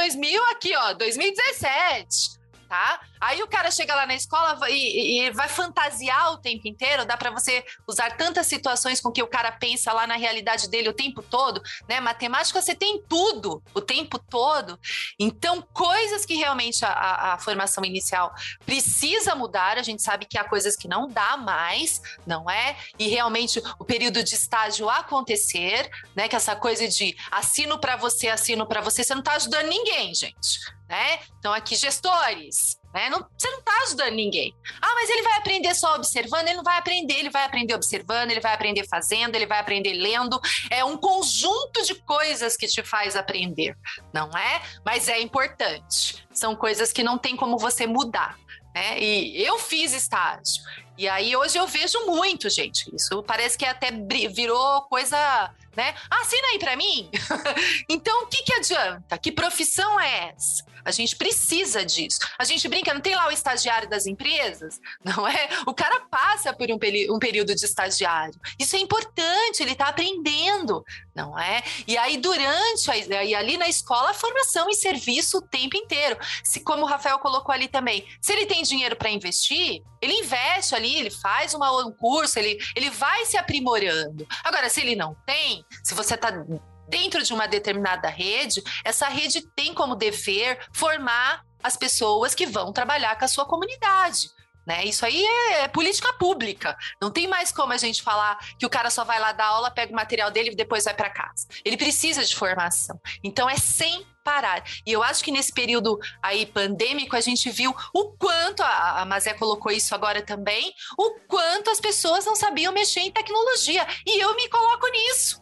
2017, tá? Aí o cara chega lá na escola e vai fantasiar o tempo inteiro, dá para você usar tantas situações com que o cara pensa lá na realidade dele o tempo todo, né? Matemática você tem tudo o tempo todo. Então, coisas que realmente a formação inicial precisa mudar, a gente sabe que há coisas que não dá mais, não é? E realmente o período de estágio acontecer, né? Que essa coisa de assino para você, você não tá ajudando ninguém, gente, né? Então, aqui, gestores, né? Você não está ajudando ninguém. Mas ele vai aprender só observando? Ele não vai aprender, ele vai aprender observando, ele vai aprender fazendo, ele vai aprender lendo. É um conjunto de coisas que te faz aprender, não é? Mas é importante. São coisas que não tem como você mudar, né? E eu fiz estágio. E aí hoje eu vejo muito, gente. Isso parece que até virou coisa, né? Assina aí para mim. Então, o que adianta? Que profissão é essa? A gente precisa disso. A gente brinca, não tem lá o estagiário das empresas? Não é? O cara passa por um período de estagiário. Isso é importante, ele está aprendendo, não é? E aí, ali na escola, a formação e serviço o tempo inteiro. Como o Rafael colocou ali também, se ele tem dinheiro para investir, ele investe ali, ele faz um curso, ele vai se aprimorando. Agora, se ele não tem, se você está dentro de uma determinada rede, essa rede tem como dever formar as pessoas que vão trabalhar com a sua comunidade, né? Isso aí é política pública. Não tem mais como a gente falar que o cara só vai lá dar aula, pega o material dele e depois vai para casa. Ele precisa de formação. Então é sem parar. E eu acho que nesse período aí pandêmico a gente viu o quanto, a Mazé colocou isso agora também, o quanto as pessoas não sabiam mexer em tecnologia. E eu me coloco nisso.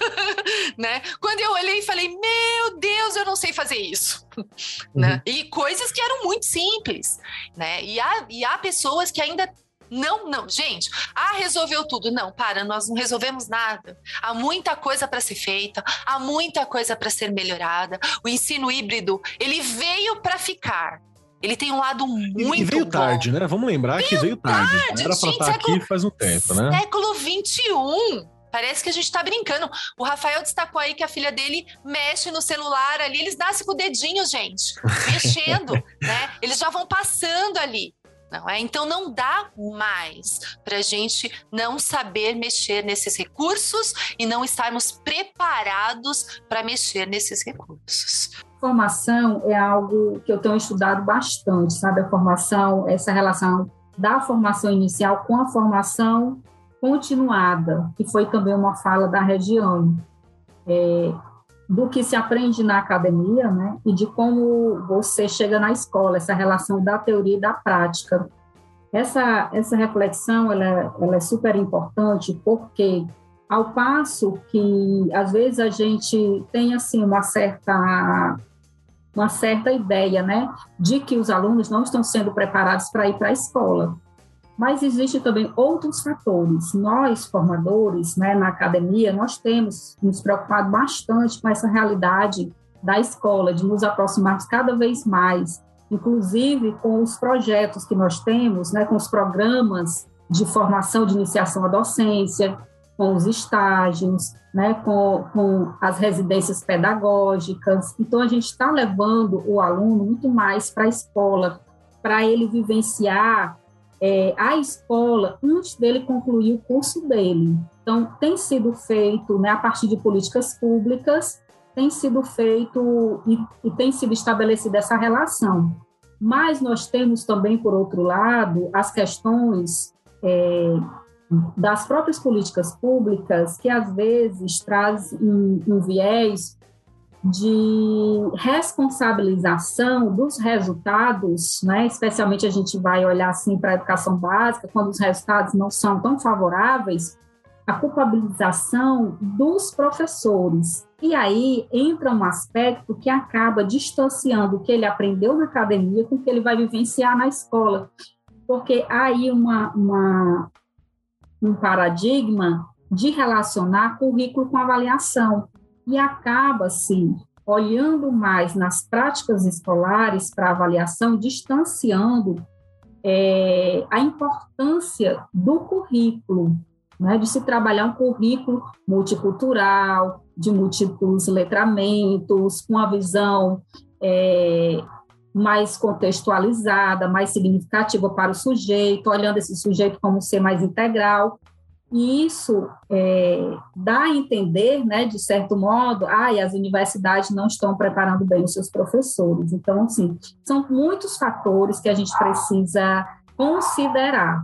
Né? Quando eu olhei e falei, meu Deus, eu não sei fazer isso. Né? E coisas que eram muito simples, né? E há pessoas que ainda não, gente, resolveu tudo. Não, nós não resolvemos nada. Há muita coisa para ser feita, há muita coisa para ser melhorada. O ensino híbrido, ele veio para ficar. Ele tem um lado muito e veio tarde, né? Vamos lembrar que veio tarde. Era para estar aqui faz um tempo, né? Século XXI. Parece que a gente tá brincando. O Rafael destacou aí que a filha dele mexe no celular ali. Eles nascem com o dedinho, gente, mexendo, né? Eles já vão passando ali, não é? Então não dá mais pra gente não saber mexer nesses recursos e não estarmos preparados para mexer nesses recursos. Formação é algo que eu tenho estudado bastante, sabe? A formação, essa relação da formação inicial com a formação continuada, que foi também uma fala da Regiane. do que se aprende na academia, né, e de como você chega na escola, essa relação da teoria e da prática. Essa reflexão ela é super importante, porque ao passo que às vezes a gente tem assim uma certa ideia, né, de que os alunos não estão sendo preparados para ir para a escola. Mas existem também outros fatores. Nós, formadores, né, na academia, nós temos nos preocupado bastante com essa realidade da escola, de nos aproximarmos cada vez mais, inclusive com os projetos que nós temos, né, com os programas de formação de iniciação à docência, com os estágios, né, com as residências pedagógicas. Então, a gente está levando o aluno muito mais para a escola, para ele vivenciar a escola antes dele concluir o curso dele. Então, tem sido feito, né, a partir de políticas públicas, tem sido feito e tem sido estabelecida essa relação. Mas nós temos também, por outro lado, as questões das próprias políticas públicas, que às vezes trazem um viés de responsabilização dos resultados, né? Especialmente a gente vai olhar assim para a educação básica, quando os resultados não são tão favoráveis, a culpabilização dos professores. E aí entra um aspecto que acaba distanciando o que ele aprendeu na academia com o que ele vai vivenciar na escola, porque há aí um paradigma de relacionar currículo com avaliação. E acaba-se olhando mais nas práticas escolares para avaliação, distanciando a importância do currículo, né, de se trabalhar um currículo multicultural, de múltiplos letramentos, com uma visão mais contextualizada, mais significativa para o sujeito, olhando esse sujeito como um ser mais integral. E isso dá a entender, né, de certo modo, as universidades não estão preparando bem os seus professores. Então, assim, são muitos fatores que a gente precisa considerar.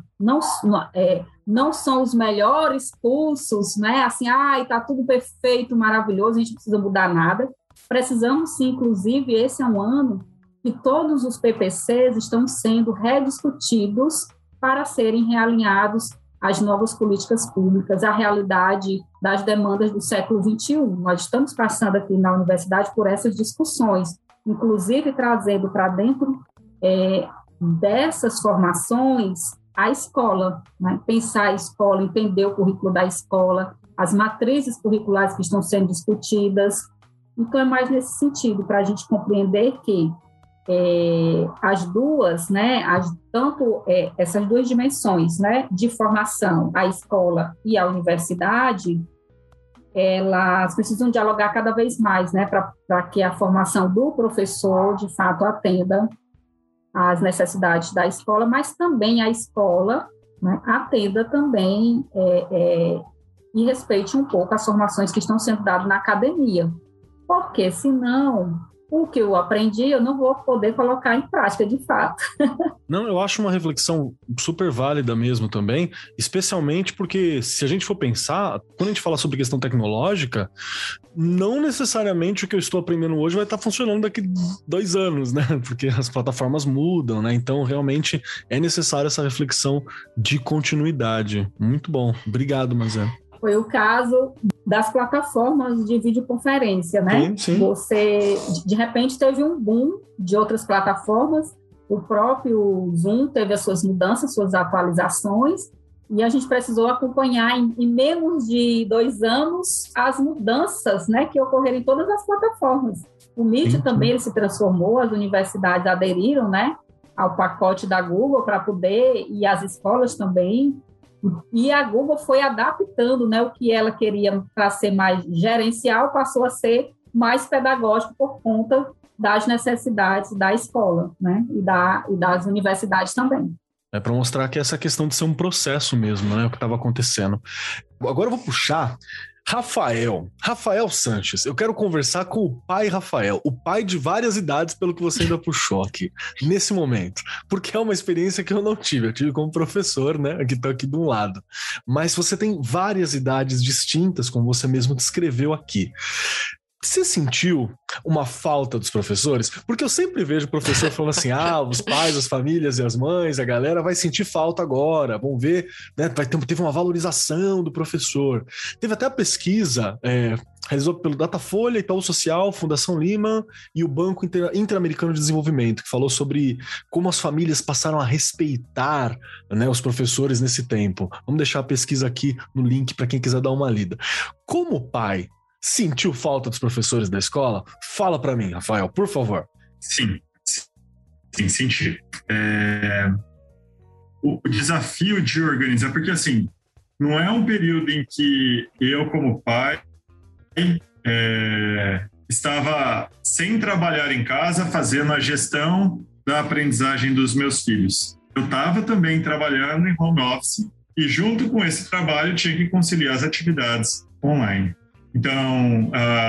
Não são os melhores cursos, né, assim, está tudo perfeito, maravilhoso, a gente não precisa mudar nada. Precisamos, sim, inclusive, esse é um ano que todos os PPCs estão sendo rediscutidos para serem realinhados às novas políticas públicas, à realidade das demandas do século XXI. Nós estamos passando aqui na universidade por essas discussões, inclusive trazendo para dentro dessas formações a escola, né? Pensar a escola, entender o currículo da escola, as matrizes curriculares que estão sendo discutidas. Então, é mais nesse sentido, para a gente compreender que as duas, né, essas duas dimensões, né, de formação, a escola e a universidade, elas precisam dialogar cada vez mais, né, para que a formação do professor, de fato, atenda às necessidades da escola, mas também a escola, né, atenda também e respeite um pouco as formações que estão sendo dadas na academia, porque senão o que eu aprendi, eu não vou poder colocar em prática de fato. Não, eu acho uma reflexão super válida mesmo também, especialmente porque se a gente for pensar, quando a gente fala sobre questão tecnológica, não necessariamente o que eu estou aprendendo hoje vai estar funcionando daqui 2 anos, né? Porque as plataformas mudam, né? Então, realmente é necessária essa reflexão de continuidade. Muito bom. Obrigado, Mazé. Foi o caso das plataformas de videoconferência, né? Sim. Você, de repente, teve um boom de outras plataformas, o próprio Zoom teve as suas mudanças, suas atualizações, e a gente precisou acompanhar em menos de 2 anos as mudanças, né, que ocorreram em todas as plataformas. O Meet também ele se transformou, as universidades aderiram, né, ao pacote da Google para poder, e as escolas também. E a Google foi adaptando, né, o que ela queria para ser mais gerencial, passou a ser mais pedagógico por conta das necessidades da escola, né, e das universidades também. É para mostrar que essa questão de ser um processo mesmo, né, o que estava acontecendo. Agora eu vou puxar Rafael Sanches. Eu quero conversar com o pai Rafael, o pai de várias idades, pelo que você ainda puxou aqui, nesse momento. Porque é uma experiência que eu não tive. Eu tive como professor, né? Que estou aqui de um lado. Mas você tem várias idades distintas, como você mesmo descreveu aqui. Você sentiu uma falta dos professores? Porque eu sempre vejo o professor falando assim, os pais, as famílias e as mães, a galera vai sentir falta agora, vamos ver, né? Teve uma valorização do professor. Teve até a pesquisa realizada pelo Datafolha, Itaú Social, Fundação Lima e o Banco Interamericano de Desenvolvimento, que falou sobre como as famílias passaram a respeitar, né, os professores nesse tempo. Vamos deixar a pesquisa aqui no link para quem quiser dar uma lida. Como pai, sentiu falta dos professores da escola? Fala para mim, Rafael, por favor. Sim, senti. O desafio de organizar, porque assim, não é um período em que eu, como pai, estava sem trabalhar em casa, fazendo a gestão da aprendizagem dos meus filhos. Eu estava também trabalhando em home office e junto com esse trabalho tinha que conciliar as atividades online. Então,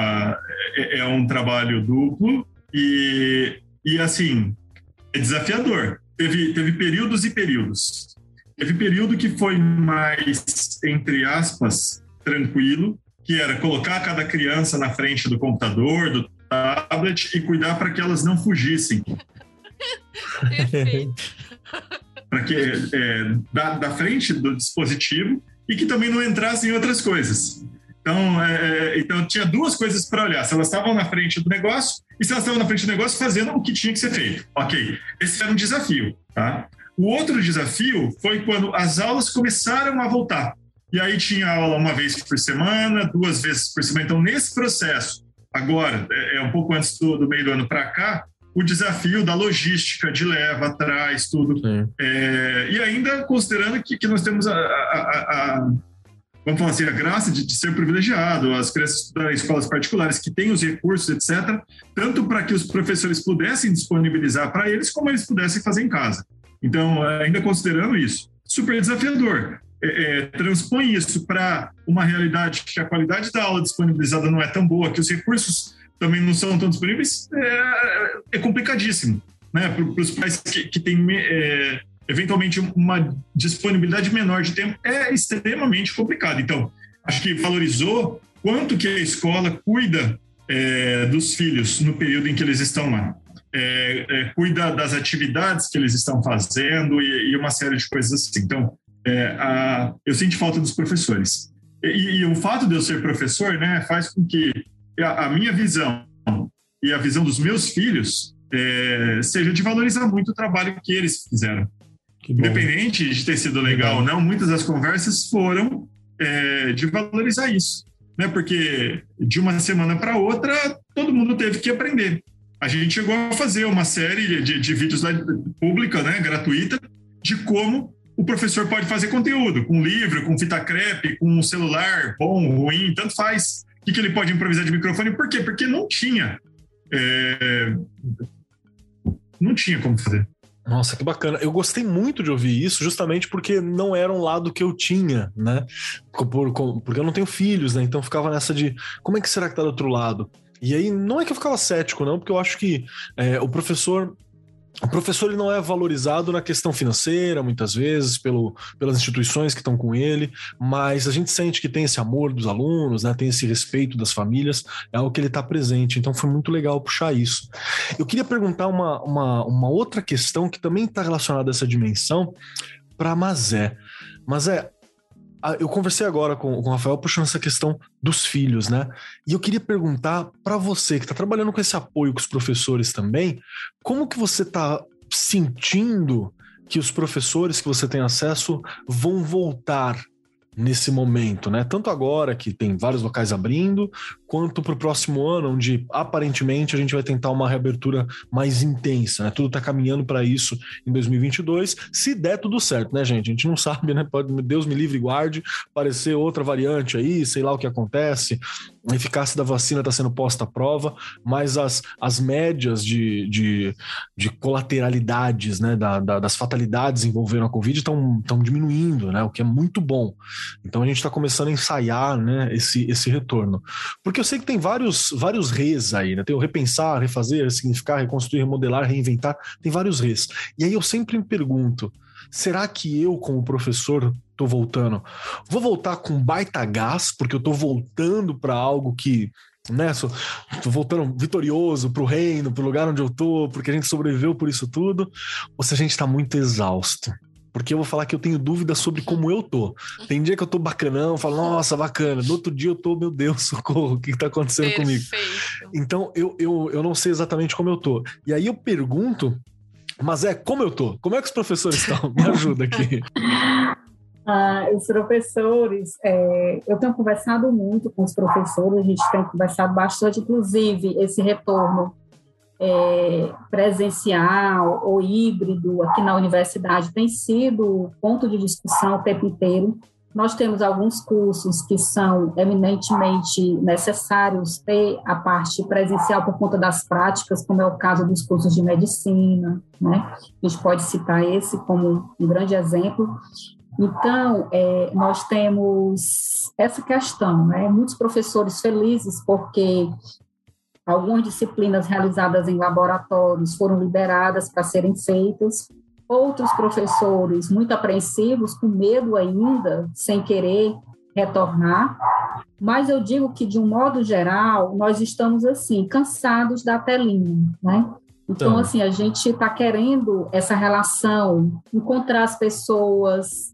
é um trabalho duplo e assim, é desafiador. Teve períodos e períodos. Teve período que foi mais, entre aspas, tranquilo, que era colocar cada criança na frente do computador, do tablet e cuidar para que elas não fugissem. Perfeito. Para que da frente do dispositivo e que também não entrassem em outras coisas. Então tinha duas coisas para olhar, se elas estavam na frente do negócio e se elas estavam na frente do negócio fazendo o que tinha que ser feito. Ok, esse era um desafio, tá? O outro desafio foi quando as aulas começaram a voltar. E aí tinha aula uma vez por semana, 2 vezes por semana. Então, nesse processo, agora, um pouco antes do meio do ano para cá, o desafio da logística, de leva, atrás, tudo. E ainda considerando que nós temos vamos falar assim, a graça de ser privilegiado, as crianças estudam em escolas particulares que têm os recursos, etc., tanto para que os professores pudessem disponibilizar para eles, como eles pudessem fazer em casa. Então, ainda considerando isso, super desafiador. Transpõe isso para uma realidade que a qualidade da aula disponibilizada não é tão boa, que os recursos também não são tão disponíveis, é complicadíssimo, né? Para os pais que têm eventualmente uma disponibilidade menor de tempo, é extremamente complicado. Então, acho que valorizou quanto que a escola cuida dos filhos no período em que eles estão lá. Cuida das atividades que eles estão fazendo e uma série de coisas assim. Então, eu sinto falta dos professores. E o fato de eu ser professor, né, faz com que a minha visão e a visão dos meus filhos seja de valorizar muito o trabalho que eles fizeram. Independente de ter sido legal ou não, muitas das conversas foram de valorizar isso, né? Porque de uma semana para outra, todo mundo teve que aprender. A gente chegou a fazer uma série de vídeos pública, né, gratuita, de como o professor pode fazer conteúdo, com livro, com fita crepe, com um celular bom, ruim, tanto faz. O que ele pode improvisar de microfone? Por quê? Porque não tinha como fazer. Nossa, que bacana. Eu gostei muito de ouvir isso, justamente porque não era um lado que eu tinha, né? Porque eu não tenho filhos, né? Então ficava nessa de como é que será que tá do outro lado? E aí não é que eu ficava cético, não, porque eu acho que o professor ele não é valorizado na questão financeira, muitas vezes, pelas instituições que estão com ele, mas a gente sente que tem esse amor dos alunos, né, tem esse respeito das famílias, é algo que ele está presente, então foi muito legal puxar isso. Eu queria perguntar uma outra questão que também está relacionada a essa dimensão para a Mazé. Mazé, eu conversei agora com o Rafael puxando essa questão dos filhos, né? E eu queria perguntar para você, que está trabalhando com esse apoio com os professores também, como que você está sentindo que os professores que você tem acesso vão voltar nesse momento, né? Tanto agora que tem vários locais abrindo, quanto para o próximo ano, onde aparentemente a gente vai tentar uma reabertura mais intensa, né? Tudo está caminhando para isso em 2022, se der tudo certo, né, gente? A gente não sabe, né? Pode, Deus me livre e guarde, aparecer outra variante aí, sei lá o que acontece, a eficácia da vacina está sendo posta à prova, mas as médias de colateralidades, né, das fatalidades envolvendo a Covid estão diminuindo, né? O que é muito bom. Então a gente está começando a ensaiar, né, esse retorno. Porque eu sei que tem vários res aí, né? Tem o repensar, refazer, ressignificar, reconstruir, remodelar, reinventar, tem vários res. E aí eu sempre me pergunto, será que eu, como professor, tô voltando? Vou voltar com baita gás, porque eu tô voltando para algo que né? Tô voltando vitorioso pro reino, pro lugar onde eu tô, porque a gente sobreviveu por isso tudo, ou se a gente tá muito exausto. Porque eu vou falar que eu tenho dúvidas sobre como eu tô. Tem dia que eu tô bacanão, falo, nossa, bacana. No outro dia eu tô, meu Deus, socorro, o que tá acontecendo comigo? Então, eu não sei exatamente como eu tô. E aí eu pergunto, mas como eu tô? Como é que os professores estão? Me ajuda aqui. Os professores, eu tenho conversado muito com os professores, a gente tem conversado bastante, inclusive esse retorno presencial ou híbrido aqui na universidade tem sido ponto de discussão o tempo inteiro. Nós temos alguns cursos que são eminentemente necessários ter a parte presencial por conta das práticas, como é o caso dos cursos de medicina, né? A gente pode citar esse como um grande exemplo. Então, nós temos essa questão, né? Muitos professores felizes porque algumas disciplinas realizadas em laboratórios foram liberadas para serem feitas, outros professores muito apreensivos, com medo ainda, sem querer retornar, mas eu digo que, de um modo geral, nós estamos, assim, cansados da telinha, né? Então, assim, a gente está querendo essa relação, encontrar as pessoas,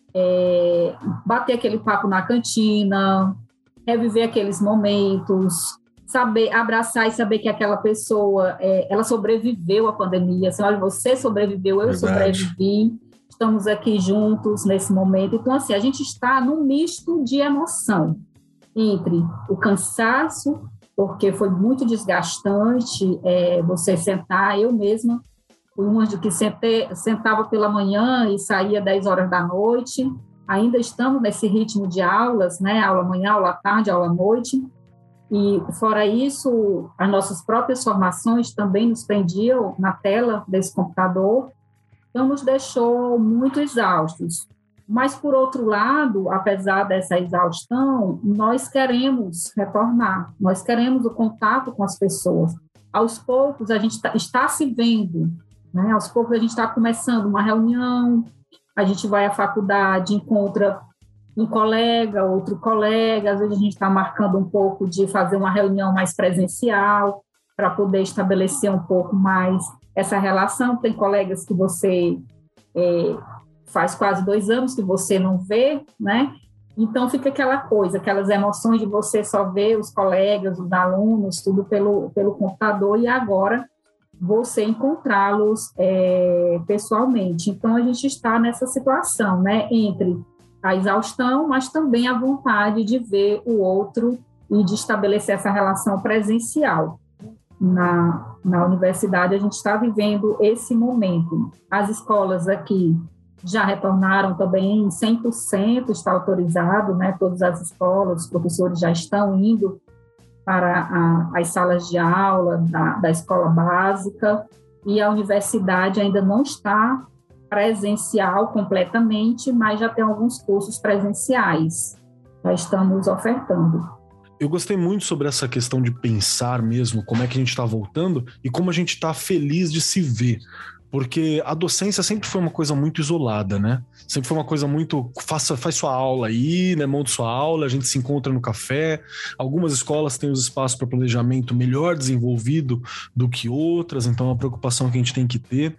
bater aquele papo na cantina, reviver aqueles momentos, saber abraçar e saber que aquela pessoa, ela sobreviveu à pandemia. Assim, olha, você sobreviveu, eu sobrevivi, estamos aqui juntos nesse momento. Então, assim, a gente está num misto de emoção entre o cansaço, porque foi muito desgastante você sentar, eu mesma fui uma de que sentava pela manhã e saía 10 horas da noite, ainda estamos nesse ritmo de aulas, né? Aula manhã, aula tarde, aula noite. E, fora isso, as nossas próprias formações também nos prendiam na tela desse computador, então nos deixou muito exaustos. Mas, por outro lado, apesar dessa exaustão, nós queremos retornar, nós queremos o contato com as pessoas. Aos poucos, a gente está se vendo, né? Aos poucos, a gente está começando uma reunião, a gente vai à faculdade, encontra um colega, outro colega, às vezes a gente está marcando um pouco de fazer uma reunião mais presencial para poder estabelecer um pouco mais essa relação. Tem colegas que você faz quase 2 anos que você não vê, né? Então fica aquela coisa, aquelas emoções de você só ver os colegas, os alunos, tudo pelo computador, e agora você encontrá-los pessoalmente. Então a gente está nessa situação, né? Entre a exaustão, mas também a vontade de ver o outro e de estabelecer essa relação presencial. Na universidade, a gente está vivendo esse momento. As escolas aqui já retornaram também 100%, está autorizado, né? Todas as escolas, os professores já estão indo para as salas de aula da escola básica, e a universidade ainda não está presencial completamente, mas já tem alguns cursos presenciais, já estamos ofertando. Eu gostei muito sobre essa questão de pensar mesmo como é que a gente está voltando e como a gente está feliz de se ver. Porque a docência sempre foi uma coisa muito isolada, né? Sempre foi uma coisa muito... Faz sua aula aí, né? Monta sua aula, a gente se encontra no café. Algumas escolas têm os espaços para planejamento melhor desenvolvido do que outras, então é uma preocupação que a gente tem que ter.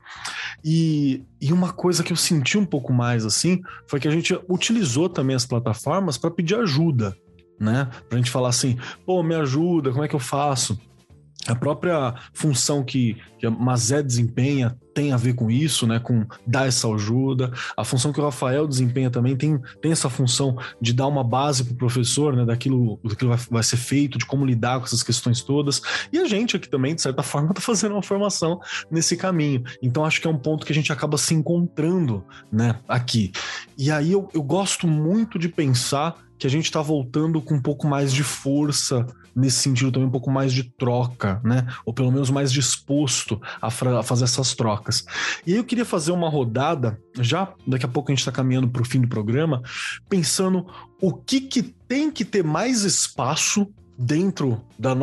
E uma coisa que eu senti um pouco mais, assim, foi que a gente utilizou também as plataformas para pedir ajuda, né? Pra gente falar assim, pô, me ajuda, como é que eu faço? A própria função que a Mazé desempenha tem a ver com isso, né? Com dar essa ajuda. A função que o Rafael desempenha também tem essa função de dar uma base para o professor, né? Daquilo vai ser feito, de como lidar com essas questões todas. E a gente aqui também, de certa forma, está fazendo uma formação nesse caminho. Então, acho que é um ponto que a gente acaba se encontrando, né? Aqui. E aí eu gosto muito de pensar que a gente está voltando com um pouco mais de força nesse sentido também, um pouco mais de troca, né? Ou pelo menos mais disposto a fazer essas trocas. E aí eu queria fazer uma rodada, já daqui a pouco a gente está caminhando para o fim do programa, pensando o que tem que ter mais espaço dentro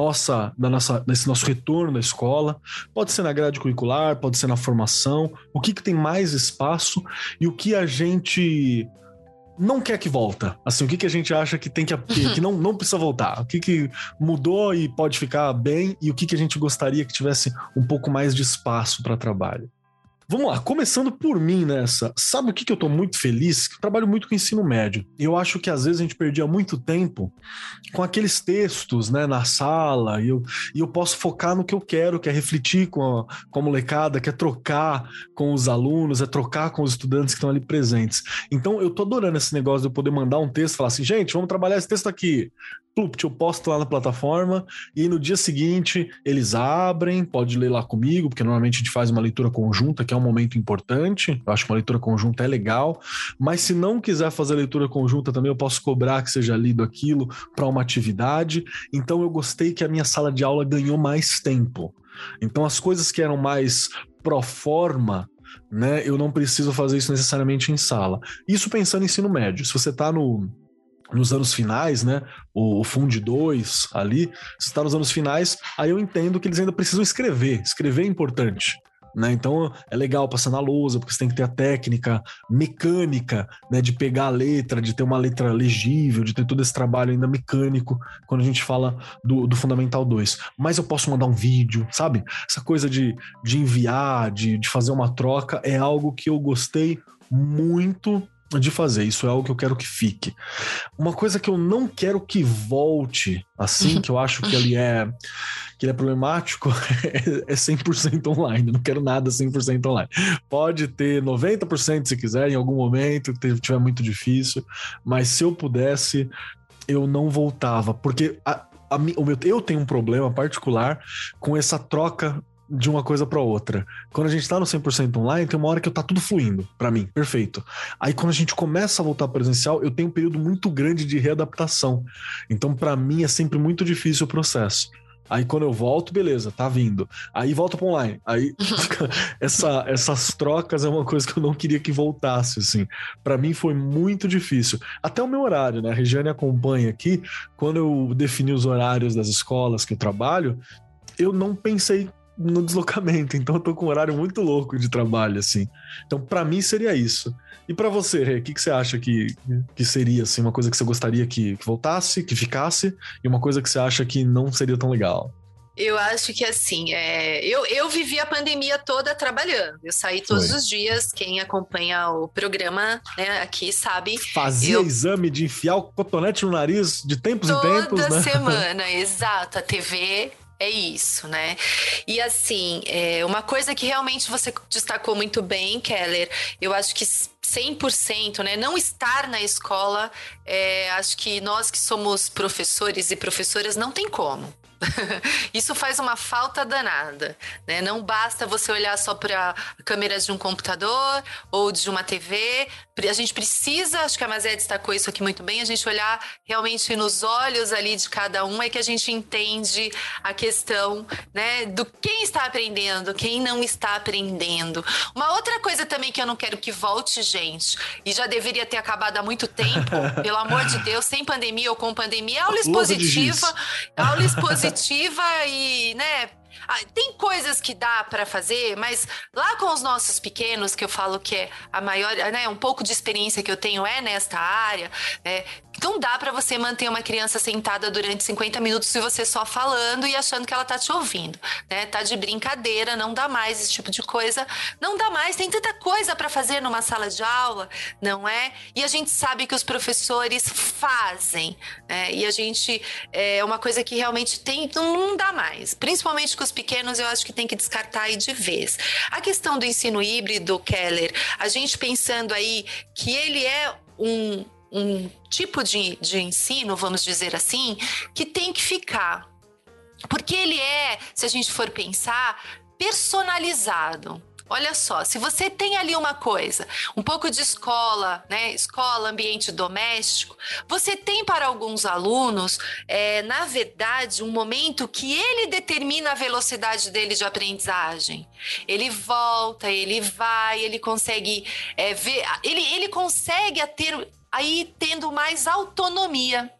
desse nosso retorno da escola. Pode ser na grade curricular, pode ser na formação. O que tem mais espaço e o que a gente não quer que volta? Assim, o que a gente acha que tem que não precisa voltar? O que mudou e pode ficar bem? E o que a gente gostaria que tivesse um pouco mais de espaço para trabalho? Vamos lá, começando por mim nessa. Sabe o que eu tô muito feliz? Eu trabalho muito com ensino médio. Eu acho que às vezes a gente perdia muito tempo com aqueles textos, né, na sala, e eu posso focar no que eu quero, que é refletir com a molecada, que é trocar com os alunos, é trocar com os estudantes que estão ali presentes. Então eu tô adorando esse negócio de eu poder mandar um texto e falar assim, gente, vamos trabalhar esse texto aqui. Eu posto lá na plataforma e no dia seguinte eles abrem, pode ler lá comigo, porque normalmente a gente faz uma leitura conjunta, que é um momento importante. Eu acho que uma leitura conjunta é legal, mas se não quiser fazer leitura conjunta também, eu posso cobrar que seja lido aquilo para uma atividade. Então eu gostei que a minha sala de aula ganhou mais tempo. Então as coisas que eram mais pro forma, né, eu não preciso fazer isso necessariamente em sala. Isso pensando em ensino médio. Se você está nos anos finais, né, o Fund 2 ali, se está nos anos finais, aí eu entendo que eles ainda precisam escrever é importante, né, então é legal passar na lousa, porque você tem que ter a técnica mecânica, né, de pegar a letra, de ter uma letra legível, de ter todo esse trabalho ainda mecânico, quando a gente fala do Fundamental 2, mas eu posso mandar um vídeo, sabe, essa coisa de enviar, de fazer uma troca, é algo que eu gostei muito de fazer, isso é algo que eu quero que fique. Uma coisa que eu não quero que volte, assim, que eu acho que ele é problemático, é 100% online. Eu não quero nada 100% online. Pode ter 90% se quiser, em algum momento, que tiver muito difícil, mas se eu pudesse, eu não voltava, porque eu tenho um problema particular com essa troca de uma coisa para outra. Quando a gente tá no 100% online, tem uma hora que tá tudo fluindo, para mim, perfeito. Aí quando a gente começa a voltar presencial, eu tenho um período muito grande de readaptação. Então, para mim, é sempre muito difícil o processo. Aí quando eu volto, beleza, tá vindo. Aí volta para online. Aí essas trocas é uma coisa que eu não queria que voltasse, assim. Para mim foi muito difícil. Até o meu horário, né? A Regiane acompanha aqui. Quando eu defini os horários das escolas que eu trabalho, eu não pensei no deslocamento, então eu tô com um horário muito louco de trabalho, assim. Então, pra mim, seria isso. E pra você, Rê, o que você acha que seria, assim, uma coisa que você gostaria que voltasse, que ficasse, e uma coisa que você acha que não seria tão legal? Eu acho que assim, eu vivi a pandemia toda trabalhando. Eu saí todos os dias. Quem acompanha o programa, né, aqui sabe. Fazia exame de enfiar o cotonete no nariz de tempos em tempos, né? Toda semana, exato. A TV é isso, né? E assim, uma coisa que realmente você destacou muito bem, Keller, eu acho que 100%, né? Não estar na escola, acho que nós que somos professores e professoras não tem como. Isso faz uma falta danada, né? Não basta você olhar só para câmeras de um computador ou de uma TV. A gente precisa, acho que a Mazé destacou isso aqui muito bem, a gente olhar realmente nos olhos ali de cada um, é que a gente entende a questão, né, do quem está aprendendo, quem não está aprendendo. Uma outra coisa também que eu não quero que volte, gente, e já deveria ter acabado há muito tempo, pelo amor de Deus, sem pandemia ou com pandemia, aula expositiva e, né, tem coisas que dá para fazer, mas lá com os nossos pequenos, que eu falo que é a maior, né, um pouco de experiência que eu tenho nesta área, não dá para você manter uma criança sentada durante 50 minutos se você só falando e achando que ela tá te ouvindo, né? Tá de brincadeira, não dá mais esse tipo de coisa, não dá mais, tem tanta coisa para fazer numa sala de aula, não é? E a gente sabe que os professores fazem, né? E a gente, é uma coisa que realmente não dá mais, principalmente com os pequenos, eu acho que tem que descartar aí de vez. A questão do ensino híbrido, Keller, a gente pensando aí que ele é um tipo de ensino, vamos dizer assim, que tem que ficar. Porque ele se a gente for pensar, personalizado. Olha só, se você tem ali uma coisa, um pouco de escola, né? Escola, ambiente doméstico, você tem para alguns alunos, na verdade, um momento que ele determina a velocidade dele de aprendizagem. Ele volta, ele vai, ele consegue ver, ele consegue ter aí tendo mais autonomia.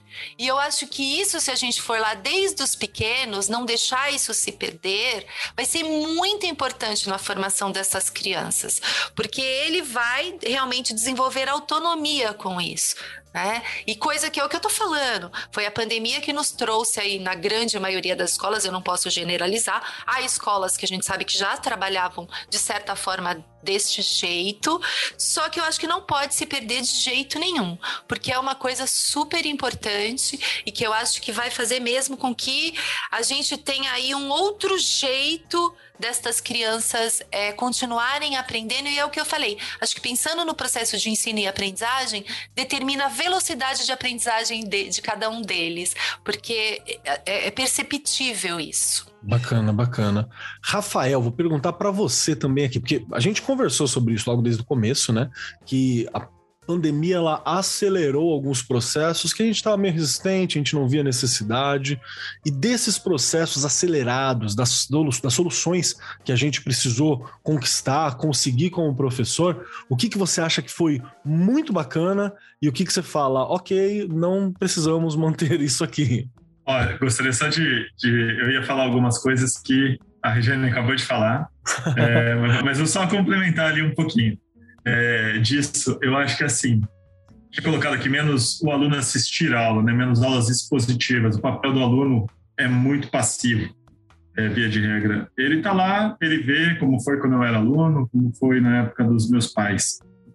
E eu acho que isso, se a gente for lá desde os pequenos, não deixar isso se perder, vai ser muito importante na formação dessas crianças, porque ele vai realmente desenvolver autonomia com isso. Né? E coisa que é o que eu tô falando, foi a pandemia que nos trouxe aí na grande maioria das escolas, eu não posso generalizar, há escolas que a gente sabe que já trabalhavam de certa forma deste jeito, só que eu acho que não pode se perder de jeito nenhum, porque é uma coisa super importante e que eu acho que vai fazer mesmo com que a gente tenha aí um outro jeito destas crianças continuarem aprendendo, e é o que eu falei, acho que pensando no processo de ensino e aprendizagem, determina a velocidade de aprendizagem de cada um deles, porque é perceptível isso. Bacana, bacana. Rafael, vou perguntar para você também aqui, porque a gente conversou sobre isso logo desde o começo, né? Que a pandemia ela acelerou alguns processos que a gente estava meio resistente, a gente não via necessidade, e desses processos acelerados, das soluções que a gente precisou conquistar, conseguir como professor, o que você acha que foi muito bacana e o que você fala, ok, não precisamos manter isso aqui? Olha, gostaria só eu ia falar algumas coisas que a Regiane acabou de falar, mas vou só complementar ali um pouquinho disso. Eu acho que assim, tinha colocado aqui menos o aluno assistir a aula, né? Menos aulas expositivas. O papel do aluno é muito passivo, via de regra. Ele está lá, ele vê como foi quando eu era aluno, como foi na época dos meus pais.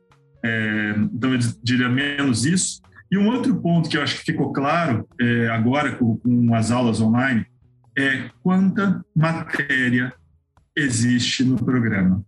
Então eu diria menos isso. E um outro ponto que eu acho que ficou claro agora com as aulas online é quanta matéria existe no programa.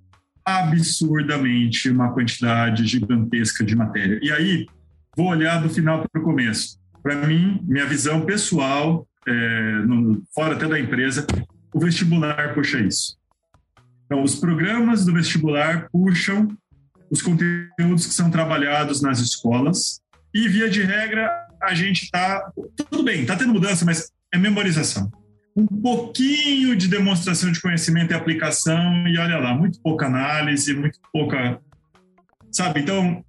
Absurdamente uma quantidade gigantesca de matéria. E aí, vou olhar do final para o começo. Para mim, minha visão pessoal, fora até da empresa, o vestibular puxa isso. Então, os programas do vestibular puxam os conteúdos que são trabalhados nas escolas. E, via de regra, a gente está... Tudo bem, está tendo mudança, mas é memorização. Um pouquinho de demonstração de conhecimento e aplicação, e olha lá, muito pouca análise, muito pouca... Sabe? Então,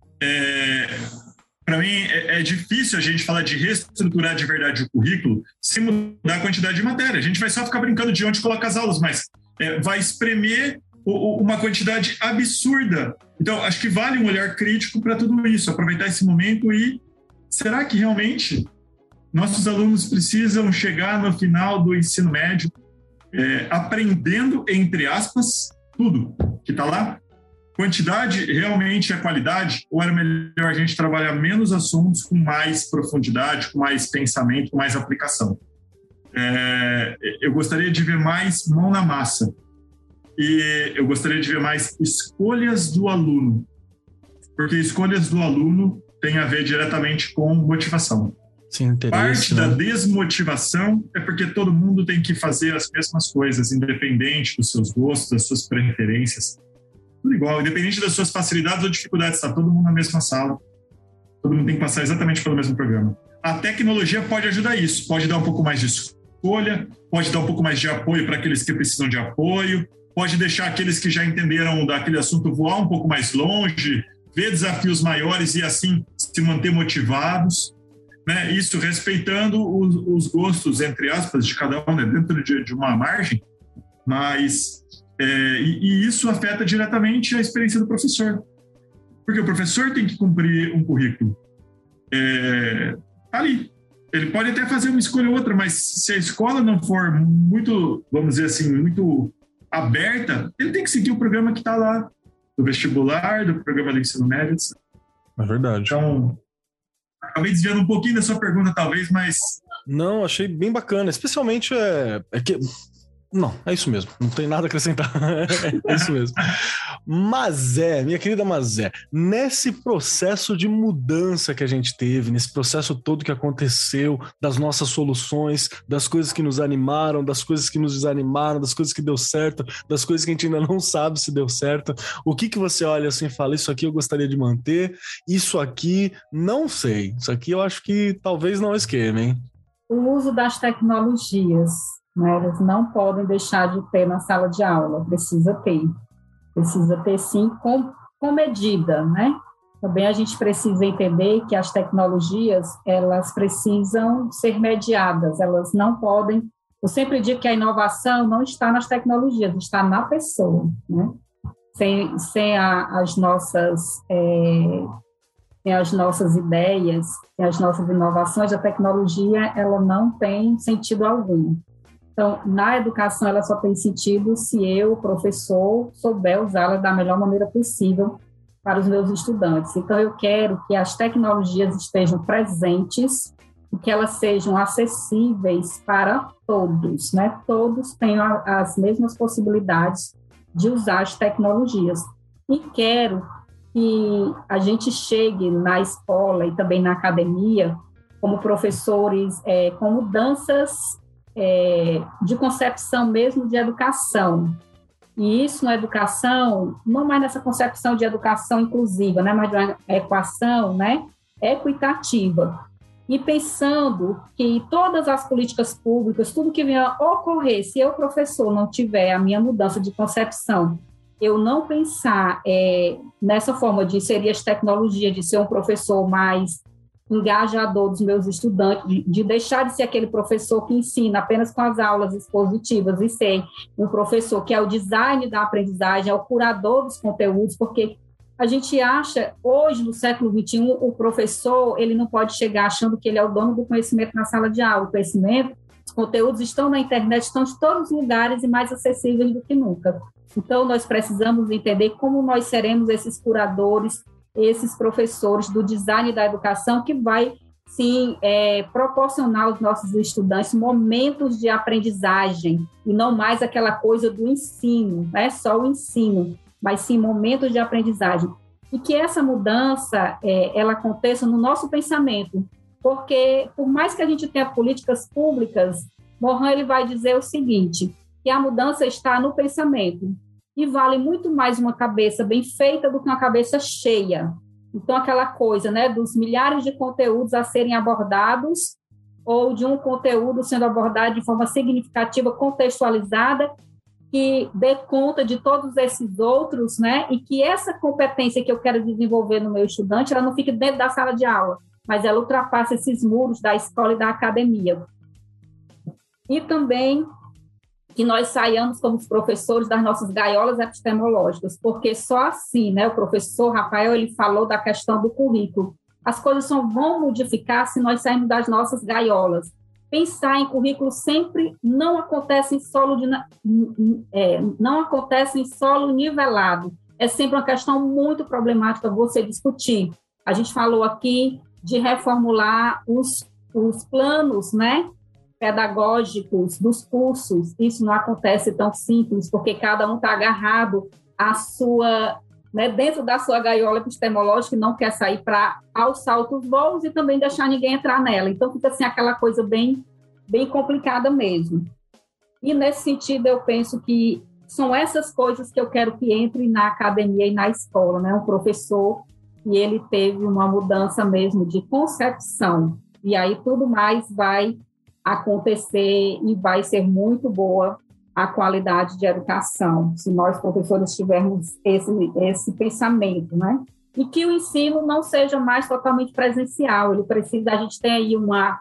para mim, é difícil a gente falar de reestruturar de verdade o currículo sem mudar a quantidade de matéria. A gente vai só ficar brincando de onde coloca as aulas, mas vai espremer uma quantidade absurda. Então, acho que vale um olhar crítico para tudo isso, aproveitar esse momento e será que realmente nossos alunos precisam chegar no final do ensino médio aprendendo, entre aspas, tudo que está lá? Quantidade realmente é qualidade? Ou era melhor a gente trabalhar menos assuntos com mais profundidade, com mais pensamento, com mais aplicação? Eu gostaria de ver mais mão na massa. E eu gostaria de ver mais escolhas do aluno, porque escolhas do aluno tem a ver diretamente com motivação. Sim, parte da desmotivação é porque todo mundo tem que fazer as mesmas coisas, independente dos seus gostos, das suas preferências, tudo igual, independente das suas facilidades ou dificuldades, está todo mundo na mesma sala, todo mundo tem que passar exatamente pelo mesmo programa. A tecnologia pode ajudar isso, pode dar um pouco mais de escolha, pode dar um pouco mais de apoio para aqueles que precisam de apoio, pode deixar aqueles que já entenderam daquele assunto voar um pouco mais longe, ver desafios maiores e assim se manter motivados, né? Isso respeitando os gostos, entre aspas, de cada um, né? Dentro de uma margem, mas e isso afeta diretamente a experiência do professor, porque o professor tem que cumprir um currículo. Tá ali. Ele pode até fazer uma escolha ou outra, mas se a escola não for muito, vamos dizer assim, muito aberta, ele tem que seguir o programa que está lá, do vestibular, do programa do ensino médio. É verdade. Então, acabei desviando um pouquinho da sua pergunta, talvez, mas... Não, achei bem bacana, especialmente que... Não, é isso mesmo, não tem nada a acrescentar, é isso mesmo. Mazé, minha querida Mazé, nesse processo de mudança que a gente teve, nesse processo todo que aconteceu, das nossas soluções, das coisas que nos animaram, das coisas que nos desanimaram, das coisas que deu certo, das coisas que a gente ainda não sabe se deu certo, o que você olha assim e fala, isso aqui eu gostaria de manter, isso aqui não sei, isso aqui eu acho que talvez não é esquema, hein? O uso das tecnologias, né, elas não podem deixar de ter na sala de aula, precisa ter sim, com medida, né? também a gente precisa entender que as tecnologias, elas precisam ser mediadas, elas não podem... Eu sempre digo que a inovação não está nas tecnologias, está na pessoa, né? Sem as nossas ideias, sem as nossas inovações, a tecnologia ela não tem sentido algum. Então, na educação, ela só tem sentido se eu, professor, souber usá-la da melhor maneira possível para os meus estudantes. Então, eu quero que as tecnologias estejam presentes e que elas sejam acessíveis para todos, né? Todos tenham as mesmas possibilidades de usar as tecnologias. E quero que a gente chegue na escola e também na academia, como professores, com mudanças de concepção mesmo de educação. E isso na educação, não mais nessa concepção de educação inclusiva, né, mas de uma equação, né, equitativa. E pensando que todas as políticas públicas, tudo que venha a ocorrer, se eu, professor, não tiver a minha mudança de concepção, eu não pensar nessa forma de inserir as tecnologias, de ser um professor mais engajador dos meus estudantes, de deixar de ser aquele professor que ensina apenas com as aulas expositivas e ser um professor que é o design da aprendizagem, é o curador dos conteúdos, porque a gente acha, hoje, no século XXI, o professor, ele não pode chegar achando que ele é o dono do conhecimento na sala de aula. O conhecimento, os conteúdos estão na internet, estão de todos os lugares e mais acessíveis do que nunca. Então, nós precisamos entender como nós seremos esses curadores, esses professores do design da educação, que vai, sim, proporcionar aos nossos estudantes momentos de aprendizagem, e não mais aquela coisa do ensino, não é só o ensino, mas sim momentos de aprendizagem. E que essa mudança, ela aconteça no nosso pensamento, porque, por mais que a gente tenha políticas públicas, Morin ele vai dizer o seguinte, que a mudança está no pensamento, e vale muito mais uma cabeça bem feita do que uma cabeça cheia. Então, aquela coisa, né, dos milhares de conteúdos a serem abordados, ou de um conteúdo sendo abordado de forma significativa, contextualizada, que dê conta de todos esses outros, né, e que essa competência que eu quero desenvolver no meu estudante, ela não fique dentro da sala de aula, mas ela ultrapassa esses muros da escola e da academia. E também que nós saiamos como os professores das nossas gaiolas epistemológicas, porque só assim, né, o professor Rafael, ele falou da questão do currículo. As coisas só vão modificar se nós sairmos das nossas gaiolas. Pensar em currículo sempre não acontece não acontece em solo nivelado. É sempre uma questão muito problemática você discutir. A gente falou aqui de reformular os planos, né, pedagógicos dos cursos. Isso não acontece tão simples, porque cada um está agarrado à sua, né, dentro da sua gaiola epistemológica e não quer sair para alçar outros voos e também deixar ninguém entrar nela. Então, fica assim aquela coisa bem, bem complicada mesmo. E, nesse sentido, eu penso que são essas coisas que eu quero que entre na academia e na escola, né? Um professor, e ele teve uma mudança mesmo de concepção. E aí tudo mais vai acontecer e vai ser muito boa a qualidade de educação, se nós, professores, tivermos esse pensamento, né? E que o ensino não seja mais totalmente presencial, a gente tem aí uma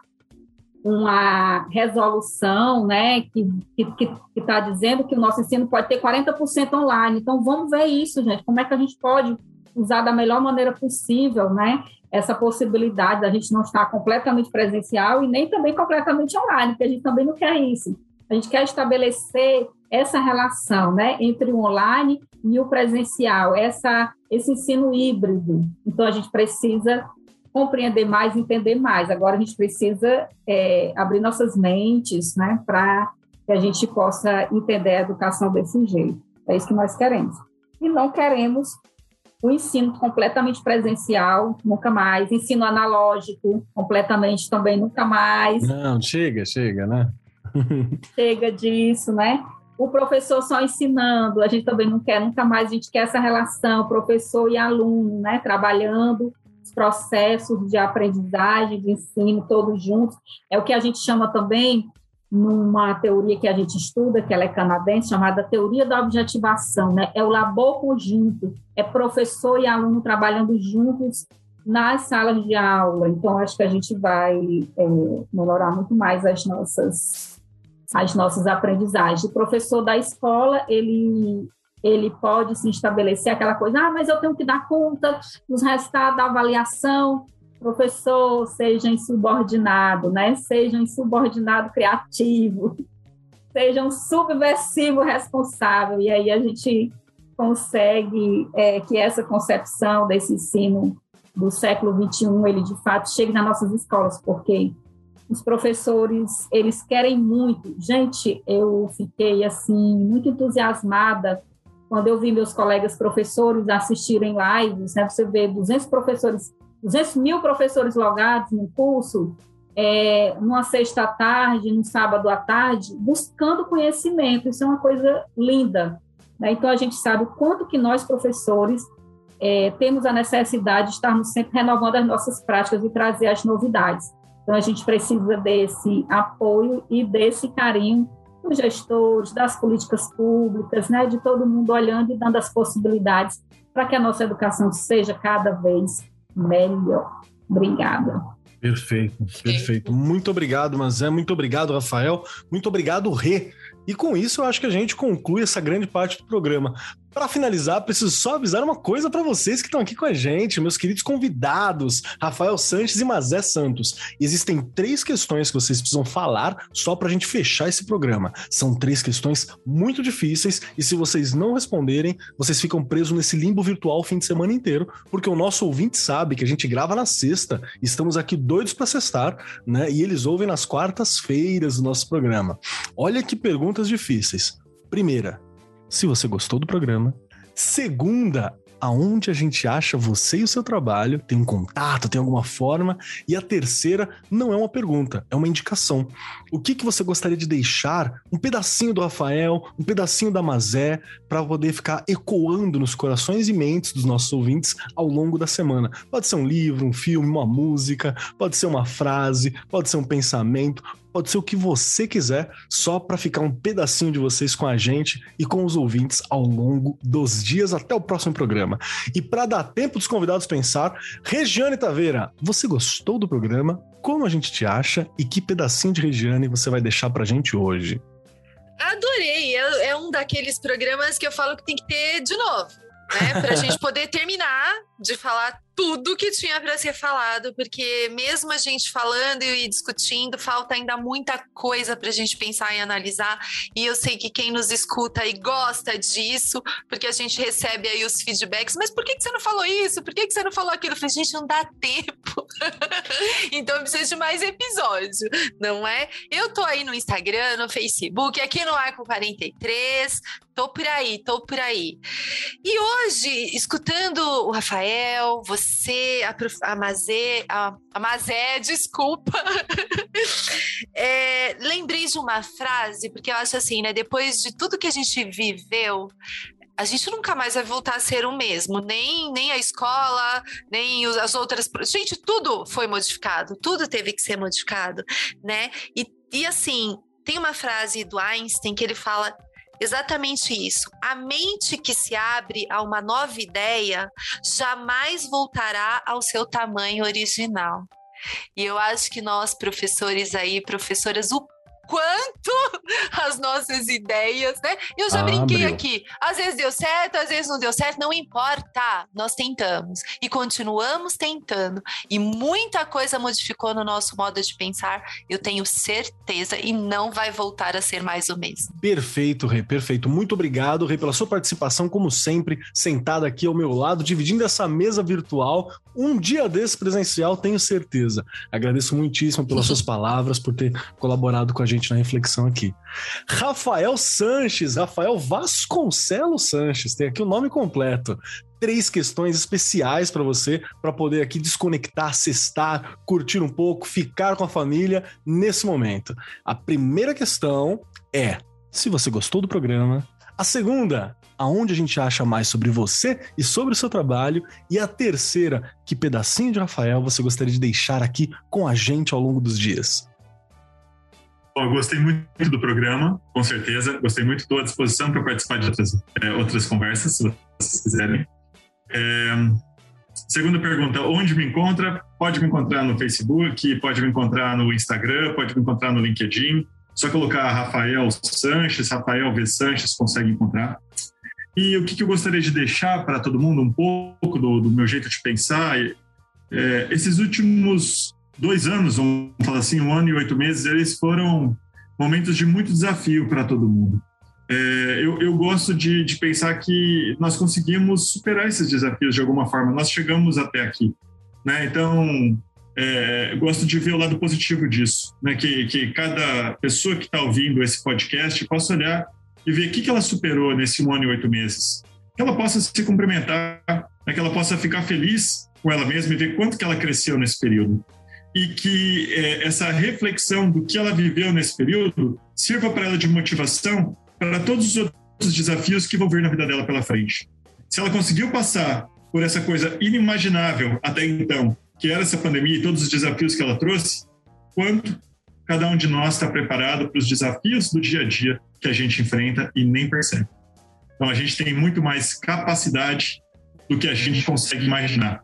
resolução, né, que está dizendo que o nosso ensino pode ter 40% online, então vamos ver isso, gente, como é que a gente pode usar da melhor maneira possível, né, essa possibilidade da gente não estar completamente presencial e nem também completamente online, porque a gente também não quer isso. A gente quer estabelecer essa relação, né, entre o online e o presencial, esse ensino híbrido. Então, a gente precisa compreender mais, entender mais. Agora, a gente precisa abrir nossas mentes, né, para que a gente possa entender a educação desse jeito. É isso que nós queremos. E não queremos o ensino completamente presencial, nunca mais. Ensino analógico, completamente também, nunca mais. Não, chega, né? Chega disso, né? O professor só ensinando, a gente também não quer, nunca mais. A gente quer essa relação, professor e aluno, né? Trabalhando os processos de aprendizagem, de ensino, todos juntos. É o que a gente chama também numa teoria que a gente estuda, que ela é canadense, chamada teoria da objetivação, né? É o labor conjunto, é professor e aluno trabalhando juntos nas salas de aula. Então, acho que a gente vai melhorar muito mais as nossas aprendizagens. O professor da escola, ele pode se estabelecer aquela coisa, mas eu tenho que dar conta dos resultados da avaliação. Professor, seja insubordinado, né? Seja insubordinado criativo, seja um subversivo responsável. E aí a gente consegue que essa concepção desse ensino do século XXI, ele de fato chegue nas nossas escolas, porque os professores, eles querem muito. Gente, eu fiquei assim muito entusiasmada quando eu vi meus colegas professores assistirem lives, né? Você vê 200 mil professores logados no curso, numa sexta à tarde, no sábado à tarde, buscando conhecimento. Isso é uma coisa linda, né? Então, a gente sabe o quanto que nós, professores, temos a necessidade de estarmos sempre renovando as nossas práticas e trazer as novidades. Então, a gente precisa desse apoio e desse carinho dos gestores, das políticas públicas, né? De todo mundo olhando e dando as possibilidades para que a nossa educação seja cada vez melhor. Obrigada. Perfeito. Muito obrigado, Mazé. Muito obrigado, Rafael. Muito obrigado, Rê. E com isso, eu acho que a gente conclui essa grande parte do programa. Para finalizar, preciso só avisar uma coisa para vocês que estão aqui com a gente, meus queridos convidados, Rafael Sanches e Mazé Santos. Existem 3 questões que vocês precisam falar só para a gente fechar esse programa. São 3 questões muito difíceis e se vocês não responderem, vocês ficam presos nesse limbo virtual o fim de semana inteiro, porque o nosso ouvinte sabe que a gente grava na sexta, estamos aqui doidos para sextar, né? E eles ouvem nas quartas-feiras do nosso programa. Olha que perguntas difíceis. Primeira, se você gostou do programa. Segunda, aonde a gente acha você e o seu trabalho? Tem um contato, tem alguma forma? E a terceira não é uma pergunta, é uma indicação. O que você gostaria de deixar? Um pedacinho do Rafael, um pedacinho da Mazé, para poder ficar ecoando nos corações e mentes dos nossos ouvintes ao longo da semana. Pode ser um livro, um filme, uma música, pode ser uma frase, pode ser um pensamento, pode ser o que você quiser, só para ficar um pedacinho de vocês com a gente e com os ouvintes ao longo dos dias até o próximo programa. E para dar tempo dos convidados pensar, Regiane Taveira, você gostou do programa? Como a gente te acha? E que pedacinho de Regiane você vai deixar pra gente hoje? Adorei! É um daqueles programas que eu falo que tem que ter de novo, né? Pra gente poder terminar de falar tudo que tinha para ser falado, porque mesmo a gente falando e discutindo, falta ainda muita coisa para a gente pensar e analisar, e eu sei que quem nos escuta e gosta disso, porque a gente recebe aí os feedbacks, mas por que você não falou isso? Por que você não falou aquilo? Eu falei, gente, não dá tempo. Então eu preciso de mais episódio, não é? Eu tô aí no Instagram, no Facebook, aqui no Arco 43, tô por aí. E hoje, escutando o Rafael, você, a Mazé, desculpa. Lembrei de uma frase, porque eu acho assim, né? Depois de tudo que a gente viveu, a gente nunca mais vai voltar a ser o mesmo, nem a escola, nem as outras... Gente, tudo foi modificado, tudo teve que ser modificado, né? E assim, tem uma frase do Einstein que ele fala exatamente isso. A mente que se abre a uma nova ideia jamais voltará ao seu tamanho original. E eu acho que nós, professores aí, professoras, o quanto as nossas ideias, né? Eu já brinquei aqui. Às vezes deu certo, às vezes não deu certo, não importa. Nós tentamos e continuamos tentando. E muita coisa modificou no nosso modo de pensar, eu tenho certeza, e não vai voltar a ser mais o mesmo. Perfeito, Rê, perfeito. Muito obrigado, Rê, pela sua participação, como sempre, sentada aqui ao meu lado, dividindo essa mesa virtual. Um dia desse presencial, tenho certeza. Agradeço muitíssimo pelas suas palavras, por ter colaborado com a gente na reflexão aqui. Rafael Sanches, Rafael Vasconcelos Sanches, tem aqui o nome completo. 3 questões especiais para você, para poder aqui desconectar, sextar, curtir um pouco, ficar com a família nesse momento. A primeira questão é: se você gostou do programa. A segunda, aonde a gente acha mais sobre você e sobre o seu trabalho. E a terceira, que pedacinho de Rafael você gostaria de deixar aqui com a gente ao longo dos dias? Eu gostei muito do programa, com certeza. Gostei muito, estou à disposição para participar de outras conversas, se vocês quiserem. Segunda pergunta, onde me encontra? Pode me encontrar no Facebook, pode me encontrar no Instagram, pode me encontrar no LinkedIn. Só colocar Rafael Sanches, Rafael V. Sanches, consegue encontrar. E o que eu gostaria de deixar para todo mundo, um pouco do meu jeito de pensar, esses últimos 2 anos, vamos falar assim, 1 ano e 8 meses, eles foram momentos de muito desafio para todo mundo. Eu gosto de pensar que nós conseguimos superar esses desafios de alguma forma, nós chegamos até aqui, né? Então, gosto de ver o lado positivo disso, né? Que cada pessoa que está ouvindo esse podcast possa olhar e ver o que ela superou nesse 1 ano e 8 meses, que ela possa se cumprimentar, né? Que ela possa ficar feliz com ela mesma e ver quanto que ela cresceu nesse período. E que essa reflexão do que ela viveu nesse período sirva para ela de motivação para todos os outros desafios que vão vir na vida dela pela frente. Se ela conseguiu passar por essa coisa inimaginável até então, que era essa pandemia e todos os desafios que ela trouxe, quanto cada um de nós está preparado para os desafios do dia a dia que a gente enfrenta e nem percebe. Então, a gente tem muito mais capacidade do que a gente consegue imaginar.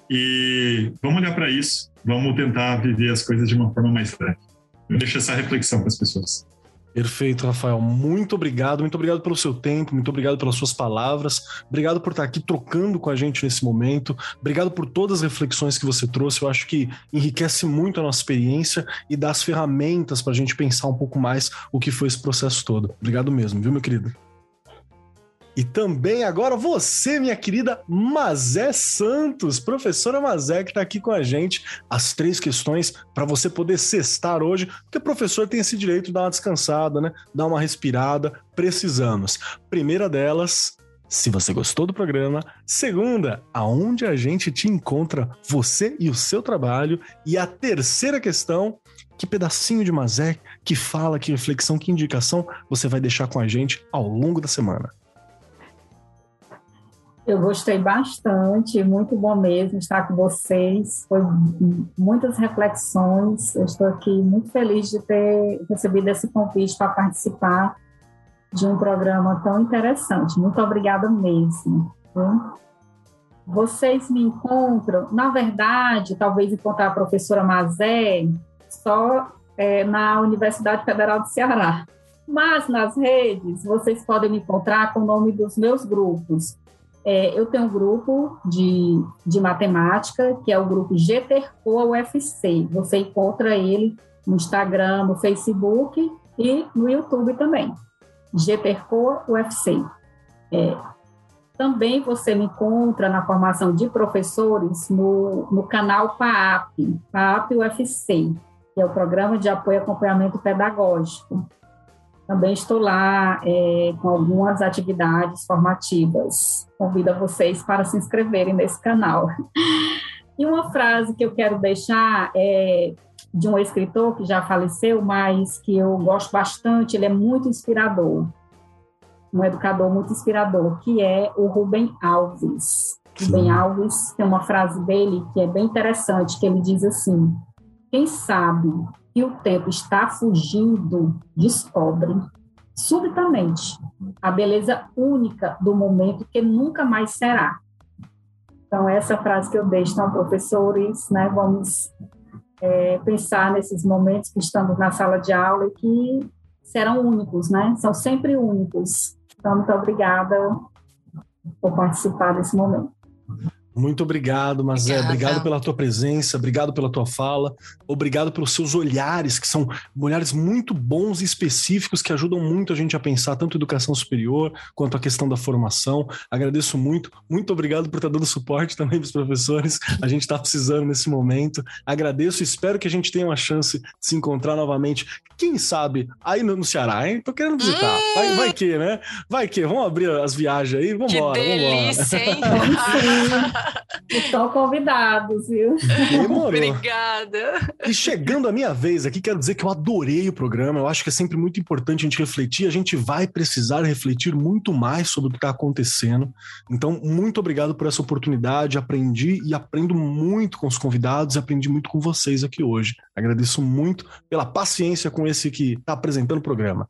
E vamos olhar para isso, vamos tentar viver as coisas de uma forma mais leve. Eu deixo essa reflexão para as pessoas. Perfeito, Rafael. Muito obrigado pelo seu tempo, muito obrigado pelas suas palavras, obrigado por estar aqui trocando com a gente nesse momento, obrigado por todas as reflexões que você trouxe. Eu acho que enriquece muito a nossa experiência e dá as ferramentas para a gente pensar um pouco mais o que foi esse processo todo. Obrigado mesmo, viu, meu querido? E também agora você, minha querida Mazé Santos, professora Mazé, que está aqui com a gente, as 3 questões para você poder sextar hoje, porque o professor tem esse direito de dar uma descansada, né? Dar uma respirada, precisamos. Primeira delas, se você gostou do programa. Segunda, aonde a gente te encontra, você e o seu trabalho. E a terceira questão, que pedacinho de Mazé, que fala, que reflexão, que indicação você vai deixar com a gente ao longo da semana. Eu gostei bastante, muito bom mesmo estar com vocês, foi muitas reflexões, eu estou aqui muito feliz de ter recebido esse convite para participar de um programa tão interessante, muito obrigada mesmo. Vocês me encontram, na verdade, talvez encontrar a professora Mazé só na Universidade Federal do Ceará, mas nas redes vocês podem me encontrar com o nome dos meus grupos. Eu tenho um grupo de matemática, que é o grupo GTERCOA UFC. Você encontra ele no Instagram, no Facebook e no YouTube também. GTERCOA UFC. Também você me encontra na formação de professores no canal PAAP UFC, que é o Programa de Apoio e Acompanhamento Pedagógico. Também estou lá com algumas atividades formativas. Convido vocês para se inscreverem nesse canal. E uma frase que eu quero deixar é de um escritor que já faleceu, mas que eu gosto bastante, ele é muito inspirador, um educador muito inspirador, que é o Rubem Alves. Rubem Alves tem uma frase dele que é bem interessante, que ele diz assim: quem sabe que o tempo está fugindo, descobre subitamente a beleza única do momento que nunca mais será. Então, essa frase que eu deixo, então, professores, né, vamos pensar nesses momentos que estamos na sala de aula e que serão únicos, né? São sempre únicos. Então, muito obrigada por participar desse momento. Muito obrigado, Mazé. Obrigado pela tua presença, obrigado pela tua fala, obrigado pelos seus olhares, que são olhares muito bons e específicos que ajudam muito a gente a pensar tanto a educação superior quanto a questão da formação. Agradeço muito. Muito obrigado por estar dando suporte também para os professores. A gente está precisando nesse momento. Agradeço e espero que a gente tenha uma chance de se encontrar novamente. Quem sabe aí no Ceará, hein? Tô querendo visitar. Vai que, né? Vai que. Vamos abrir as viagens aí. Vambora. Que delícia, hein? Estão convidados, viu? Demorou. Obrigada. E chegando a minha vez aqui, quero dizer que eu adorei o programa. Eu acho que é sempre muito importante a gente refletir. A gente vai precisar refletir muito mais sobre o que está acontecendo. Então, muito obrigado por essa oportunidade. Aprendi e aprendo muito com os convidados e aprendi muito com vocês aqui hoje. Agradeço muito pela paciência com esse que está apresentando o programa.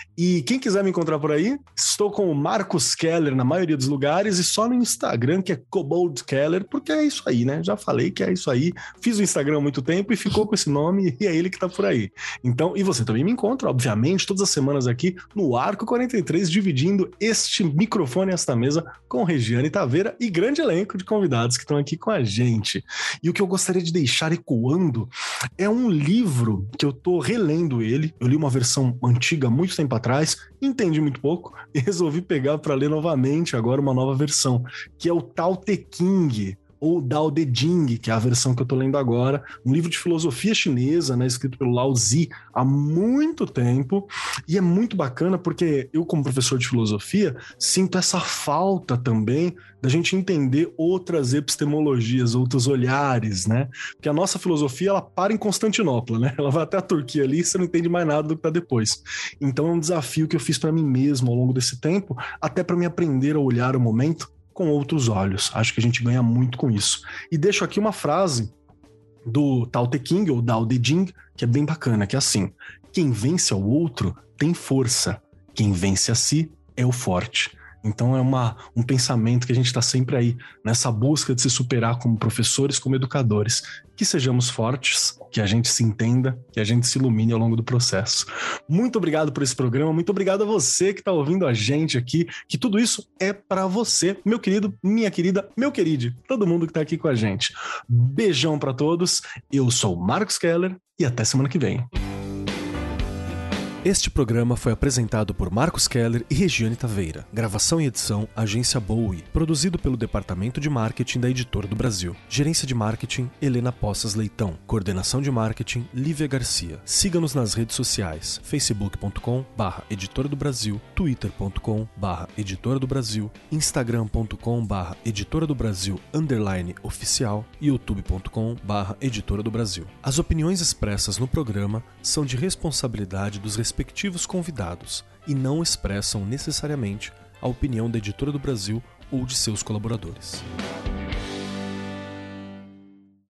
E quem quiser me encontrar por aí, estou com o Marcos Keller na maioria dos lugares e só no Instagram, que é Kobold Keller, porque é isso aí, né? Já falei que é isso aí. Fiz o Instagram há muito tempo e ficou com esse nome e é ele que tá por aí. Então, e você também me encontra, obviamente, todas as semanas aqui no Arco 43, dividindo este microfone e esta mesa com Regiane Taveira e grande elenco de convidados que estão aqui com a gente. E o que eu gostaria de deixar ecoando é um livro que eu tô relendo ele. Eu li uma versão antiga há muito tempo atrás, entendi muito pouco e resolvi pegar para ler novamente agora uma nova versão, que é o Tao Te Ching, ou Dao De Jing, que é a versão que eu tô lendo agora, um livro de filosofia chinesa, né, escrito pelo Lao Tzu há muito tempo, e é muito bacana porque eu, como professor de filosofia, sinto essa falta também da gente entender outras epistemologias, outros olhares, né, porque a nossa filosofia, ela para em Constantinopla, né, ela vai até a Turquia ali e você não entende mais nada do que tá depois. Então é um desafio que eu fiz para mim mesmo ao longo desse tempo, até para me aprender a olhar o momento com outros olhos. Acho que a gente ganha muito com isso. E deixo aqui uma frase do Tao Te Ching, ou Dao De Jing, que é bem bacana, que é assim: quem vence ao outro tem força, quem vence a si é o forte. Então é um pensamento que a gente está sempre aí, nessa busca de se superar como professores, como educadores. Que sejamos fortes, que a gente se entenda, que a gente se ilumine ao longo do processo. Muito obrigado por esse programa, muito obrigado a você que está ouvindo a gente aqui, que tudo isso é para você, meu querido, minha querida, meu querido, todo mundo que está aqui com a gente. Beijão para todos, eu sou o Marcos Keller e até semana que vem. Este programa foi apresentado por Marcos Keller e Regiane Taveira. Gravação e edição, Agência Bowie. Produzido pelo Departamento de Marketing da Editora do Brasil. Gerência de Marketing, Helena Poças Leitão. Coordenação de Marketing, Lívia Garcia. Siga-nos nas redes sociais, facebook.com/Editora do Brasil, twitter.com/Editora do Brasil, instagram.com/Editora do Brasil _oficial e youtube.com/Editora do Brasil. As opiniões expressas no programa são de responsabilidade dos respectivos convidados e não expressam necessariamente a opinião da Editora do Brasil ou de seus colaboradores.